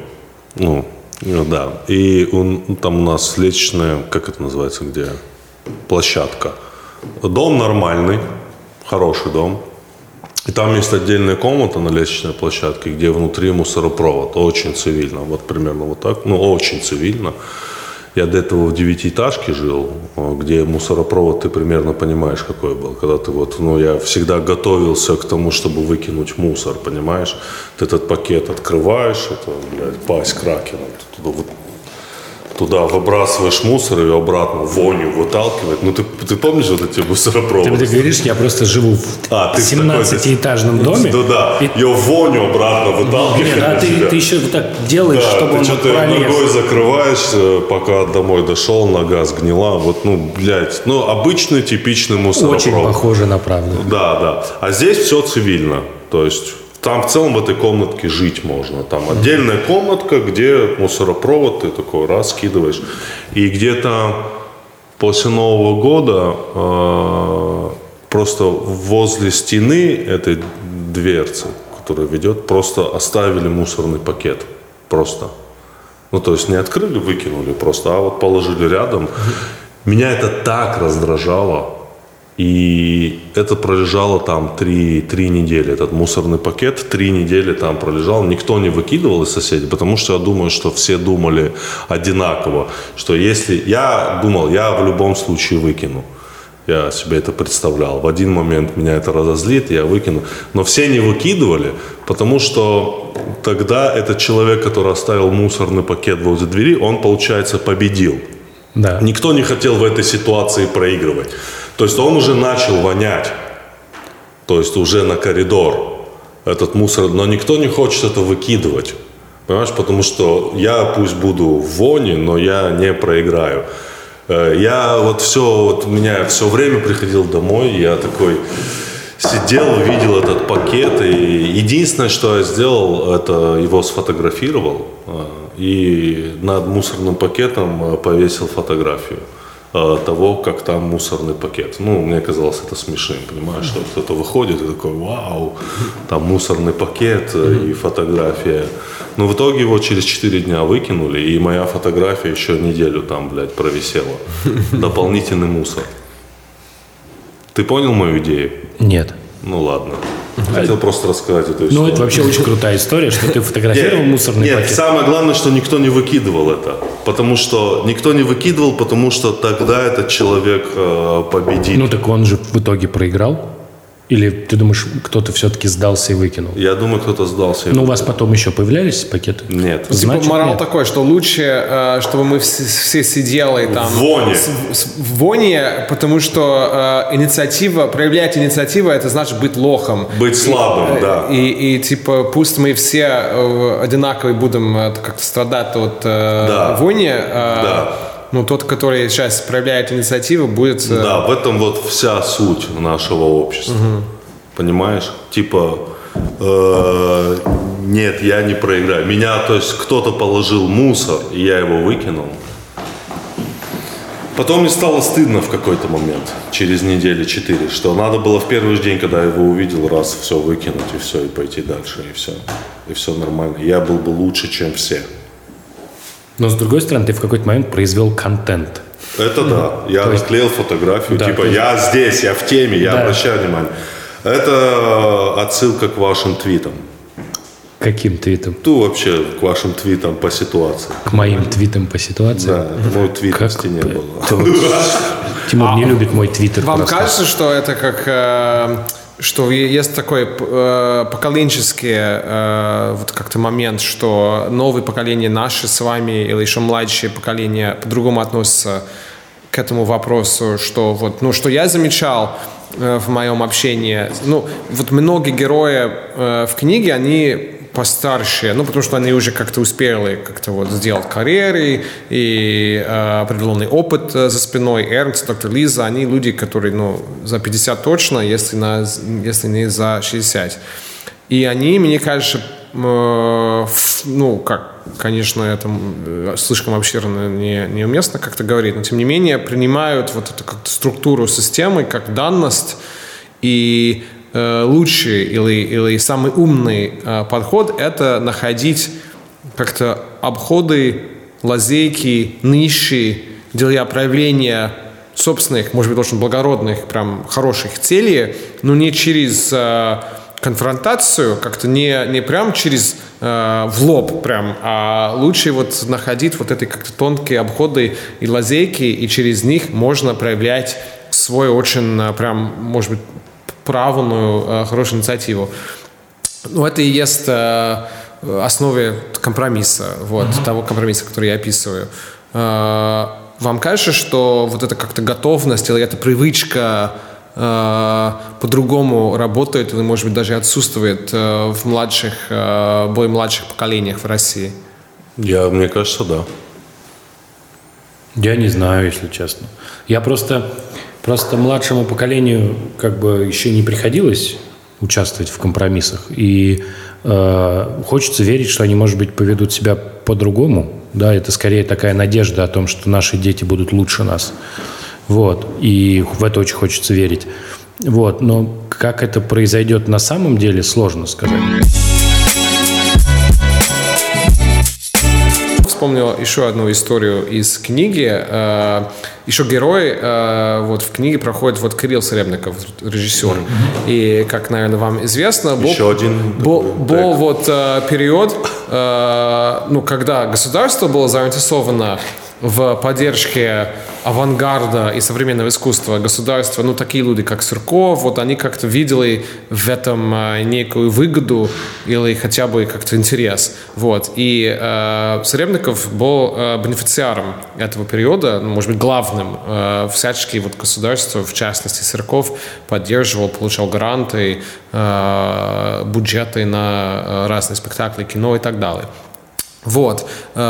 да, и там у нас лестничная, как это называется, где? Площадка. Дом нормальный, хороший дом. И там есть отдельная комната на лестничной площадке, где внутри мусоропровод. Очень цивильно. Вот примерно вот так. Очень цивильно. Я до этого в 9-этажке жил, где мусоропровод, ты примерно понимаешь, какой был. Когда ты я всегда готовился к тому, чтобы выкинуть мусор, понимаешь? Ты этот пакет открываешь, это, пасть кракена. Туда выбрасываешь мусор и обратно вонью выталкивает. Ты помнишь вот эти мусоропроводы? Ты говоришь, я просто живу в 17-этажном доме. Да. Ее вонью обратно выталкивает. Нет, ты еще так делаешь, чтобы он что-то пролез. ногой закрываешь, пока домой дошел, нога сгнила. Обычный типичный мусоропровод. Очень похоже на правду. Да. А здесь все цивильно. То есть там в целом в этой комнатке жить можно. Там отдельная комнатка, где мусоропровод, ты такой раз скидываешь. И где-то после Нового года просто возле стены этой дверцы, которая ведет, просто оставили мусорный пакет. Просто. То есть не открыли, выкинули просто, а вот положили рядом. Меня это так раздражало. И это пролежало там 3 недели. Этот мусорный пакет 3 недели там пролежал. Никто не выкидывал из соседей, потому что я думаю, что все думали одинаково. Что если... Я думал, я в любом случае выкину. Я себе это представлял. В один момент меня это разозлит, я выкину. Но все не выкидывали, потому что тогда этот человек, который оставил мусорный пакет возле двери, он, получается, победил. Да. Никто не хотел в этой ситуации проигрывать. То есть он уже начал вонять, то есть уже на коридор. этот мусор, но никто не хочет это выкидывать. Понимаешь, потому что я пусть буду в воне, но я не проиграю. Я меня все время приходил домой, я такой сидел, видел этот пакет, и единственное, что я сделал, это его сфотографировал и над мусорным пакетом повесил фотографию того, как там мусорный пакет. Мне казалось это смешным, понимаешь, что кто-то выходит и такой, вау, там мусорный пакет и фотография. Но в итоге его через 4 дня выкинули, и моя фотография еще неделю там, провисела. Дополнительный мусор. Ты понял мою идею? Нет. Ну ладно. Хотел просто рассказать эту историю. Это вообще очень крутая история, что ты фотографировал мусорный пакет. Нет, самое главное, что никто не выкидывал это. Потому что тогда этот человек победит. Так он же в итоге проиграл? Или ты думаешь, кто-то все-таки сдался и выкинул? Я думаю, кто-то сдался. У вас потом еще появлялись пакеты? Нет. Значит, морал нет. Такой, что лучше, чтобы мы все сидели там в воне, потому что проявлять инициативу, это значит быть лохом. Быть слабым, да. И пусть мы все одинаково будем как-то страдать от вони. Да. Тот, который сейчас проявляет инициативу, будет... Да, в этом вся суть нашего общества. Угу. Понимаешь? Нет, я не проиграю. Кто-то положил мусор, и я его выкинул. Потом мне стало стыдно в какой-то момент, через недели 4, что надо было в первый же день, когда я его увидел, раз все выкинуть, и все, и пойти дальше, и все. И все нормально. Я был бы лучше, чем все. Но, с другой стороны, ты в какой-то момент произвел контент. Это да. Я наклеил фотографию. Я здесь, я в теме, я обращаю внимание. Это отсылка к вашим твитам. Каким твитам? Вообще к вашим твитам по ситуации. К моим твитам по ситуации? Да, мой твит на стене был. Тимур не любит мой твиттер. Вам кажется, что это как... что есть такой поколенческий как-то момент, что новое поколение наши с вами или еще младшее поколение по-другому относятся к этому вопросу, что что я замечал в моем общении, многие герои в книге, они постарше, потому что они уже как-то успели сделать карьеры и определенный опыт за спиной. Эрнст, доктор Лиза, они люди, которые за 50 точно, если не за 60. И они, мне кажется, конечно, это слишком обширно неуместно как-то говорить, но тем не менее принимают эту как-то структуру системы как данность, и лучший или самый умный подход – это находить как-то обходы, лазейки, ниши для проявления собственных, может быть, очень благородных, прям хороших целей, но не через конфронтацию, как-то не прям через в лоб прям, а лучше находить эти как-то тонкие обходы и лазейки, и через них можно проявлять свой очень прям, может быть, правильную, хорошую инициативу. Это и есть основе компромисса, того компромисса, который я описываю. Вам кажется, что это как-то готовность или эта привычка по-другому работает или, может быть, даже отсутствует в более младших поколениях в России? Мне кажется, да. Я не знаю, если честно. Я просто младшему поколению еще не приходилось участвовать в компромиссах. И хочется верить, что они, может быть, поведут себя по-другому. Да, это скорее такая надежда о том, что наши дети будут лучше нас. И в это очень хочется верить. Но как это произойдет на самом деле, сложно сказать. Вспомнил еще одну историю из книги. Еще герой в книге проходит Кирилл Серебренников, режиссер. И, как, наверное, вам известно, был период, когда государство было заинтересовано в поддержке авангарда и современного искусства государства, ну, такие люди, как Сурков, вот они как-то видели в этом некую выгоду или хотя бы как-то интерес. Вот. И Серебренников был бенефициаром этого периода, ну, может быть, главным. Всячески вот государство, в частности, Сурков, поддерживал, получал гранты, бюджеты на разные спектакли, кино и так далее. Вот.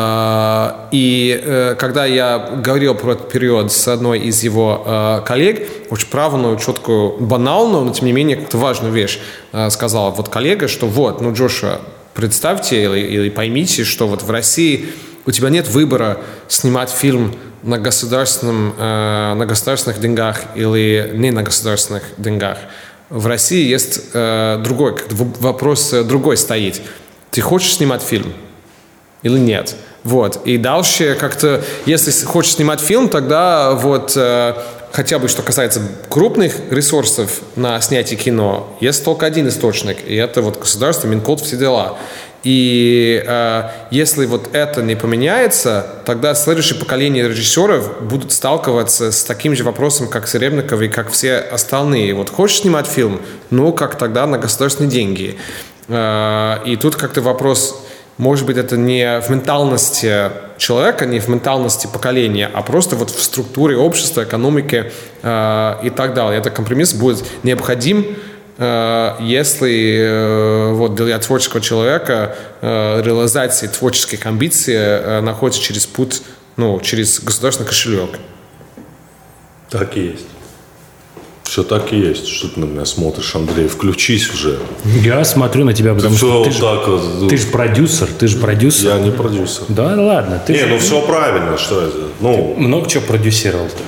И когда я говорил про этот период с одной из его коллег, очень правильную, четкую, банальную, но тем не менее как-то важную вещь сказала вот коллега, что вот, ну, Джошуа, представьте или поймите, что вот в России у тебя нет выбора снимать фильм на государственных деньгах или не на государственных деньгах. В России есть другой, вопрос другой стоит. Ты хочешь снимать фильм? Или нет. Вот. И дальше как-то, если хочешь снимать фильм, тогда вот хотя бы что касается крупных ресурсов на снятие кино, есть только один источник, и это вот государство, Минкульт, все дела. И если вот это не поменяется, тогда следующее поколение режиссеров будут сталкиваться с таким же вопросом, как Серебренников и как все остальные. Вот хочешь снимать фильм? Ну, как тогда на государственные деньги? И тут как-то вопрос... Может быть, это не в ментальности человека, не в ментальности поколения, а просто вот в структуре общества, экономики и так далее. Этот компромисс будет необходим, если вот для творческого человека реализация творческих амбиций находится через путь, ну, через государственный кошелек. Так и есть. Все так и есть. Что ты на меня смотришь, Андрей? Включись уже. Я смотрю на тебя, потому что ты же продюсер. Я не продюсер. Да, ладно. Ну все правильно. Что это? Ну, много чего продюсировал-то.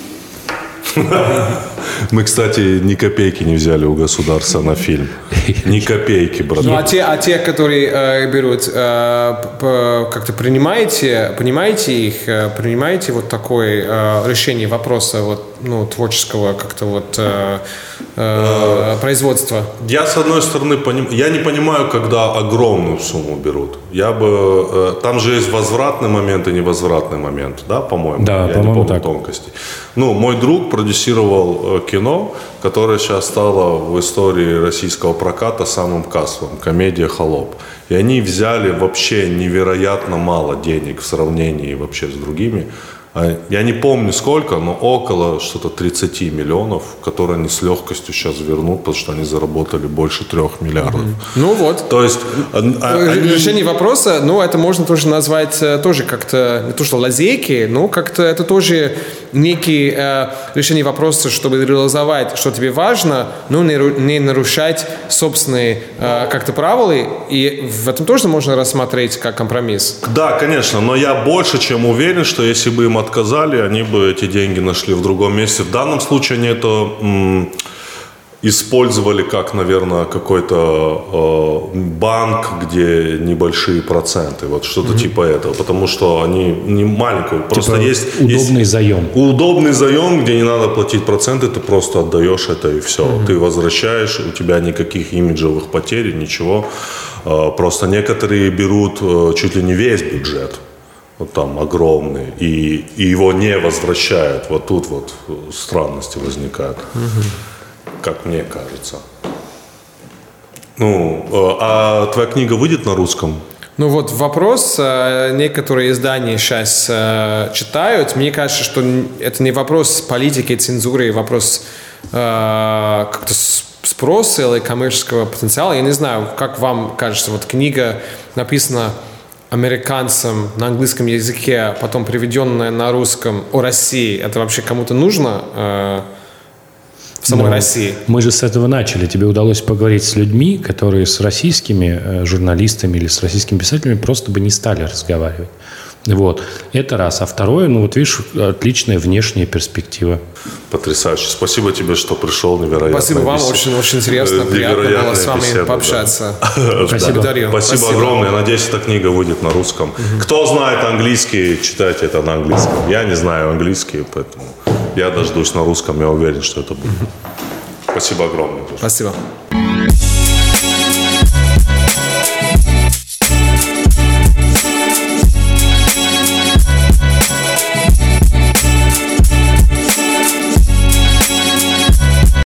Мы, кстати, ни копейки не взяли у государства на фильм. Ни копейки, брат. Ну, а те, которые берут, как-то понимаете их, принимаете вот такое решение вопроса вот, ну, творческого как-то вот производства? Я, с одной стороны, я не понимаю, когда огромную сумму берут. Там же есть возвратный момент и невозвратный момент, да, по-моему? Да, я по-моему, не помню так. тонкостей. Ну, мой друг продюсировал кино, которое сейчас стало в истории российского проката самым кассовым. Комедия «Холоп». И они взяли вообще невероятно мало денег в сравнении вообще с другими. Я не помню сколько, но около что-то 30 миллионов, которые они с легкостью сейчас вернут, потому что они заработали больше 3 миллиардов. Ну вот. То есть решение вопроса, ну, это можно тоже назвать тоже как-то, не то что лазейки, но как-то это тоже некие решение вопроса, чтобы реализовать, что тебе важно, но не нарушать собственные как-то правила, и в этом тоже можно рассмотреть как компромисс. Да, конечно, но я больше чем уверен, что если бы им отказали, они бы эти деньги нашли в другом месте. В данном случае они это использовали как, наверное, какой-то банк, где небольшие проценты, вот что-то типа этого, потому что они не маленькие, просто типа есть удобный заем. Удобный заем, где не надо платить проценты, ты просто отдаешь это и все, ты возвращаешь, у тебя никаких имиджевых потерь, ничего, просто некоторые берут чуть ли не весь бюджет. Вот там огромный, и его не возвращают. Вот тут вот странности возникают, как мне кажется. Ну, а твоя книга выйдет на русском? Ну вот вопрос, некоторые издания сейчас читают. Мне кажется, что это не вопрос политики, цензуры, вопрос как-то спроса или коммерческого потенциала. Я не знаю, как вам кажется, вот книга написана американцам на английском языке, потом приведенная на русском о России, это вообще кому-то нужно в самой России? Мы же с этого начали. Тебе удалось поговорить с людьми, которые с российскими журналистами или с российскими писателями просто бы не стали разговаривать. Вот. Это раз. А второе, ну вот видишь, отличная внешняя перспектива. Потрясающе. Спасибо тебе, что пришел. Невероятно. Спасибо вам. Очень интересно. Приятно было с вами беседа, пообщаться. Да. Спасибо. Благодарю. Спасибо огромное. Я надеюсь, эта книга выйдет на русском. Кто знает английский, читайте это на английском. Я не знаю английский, поэтому я дождусь на русском. Я уверен, что это будет. Спасибо огромное. Спасибо.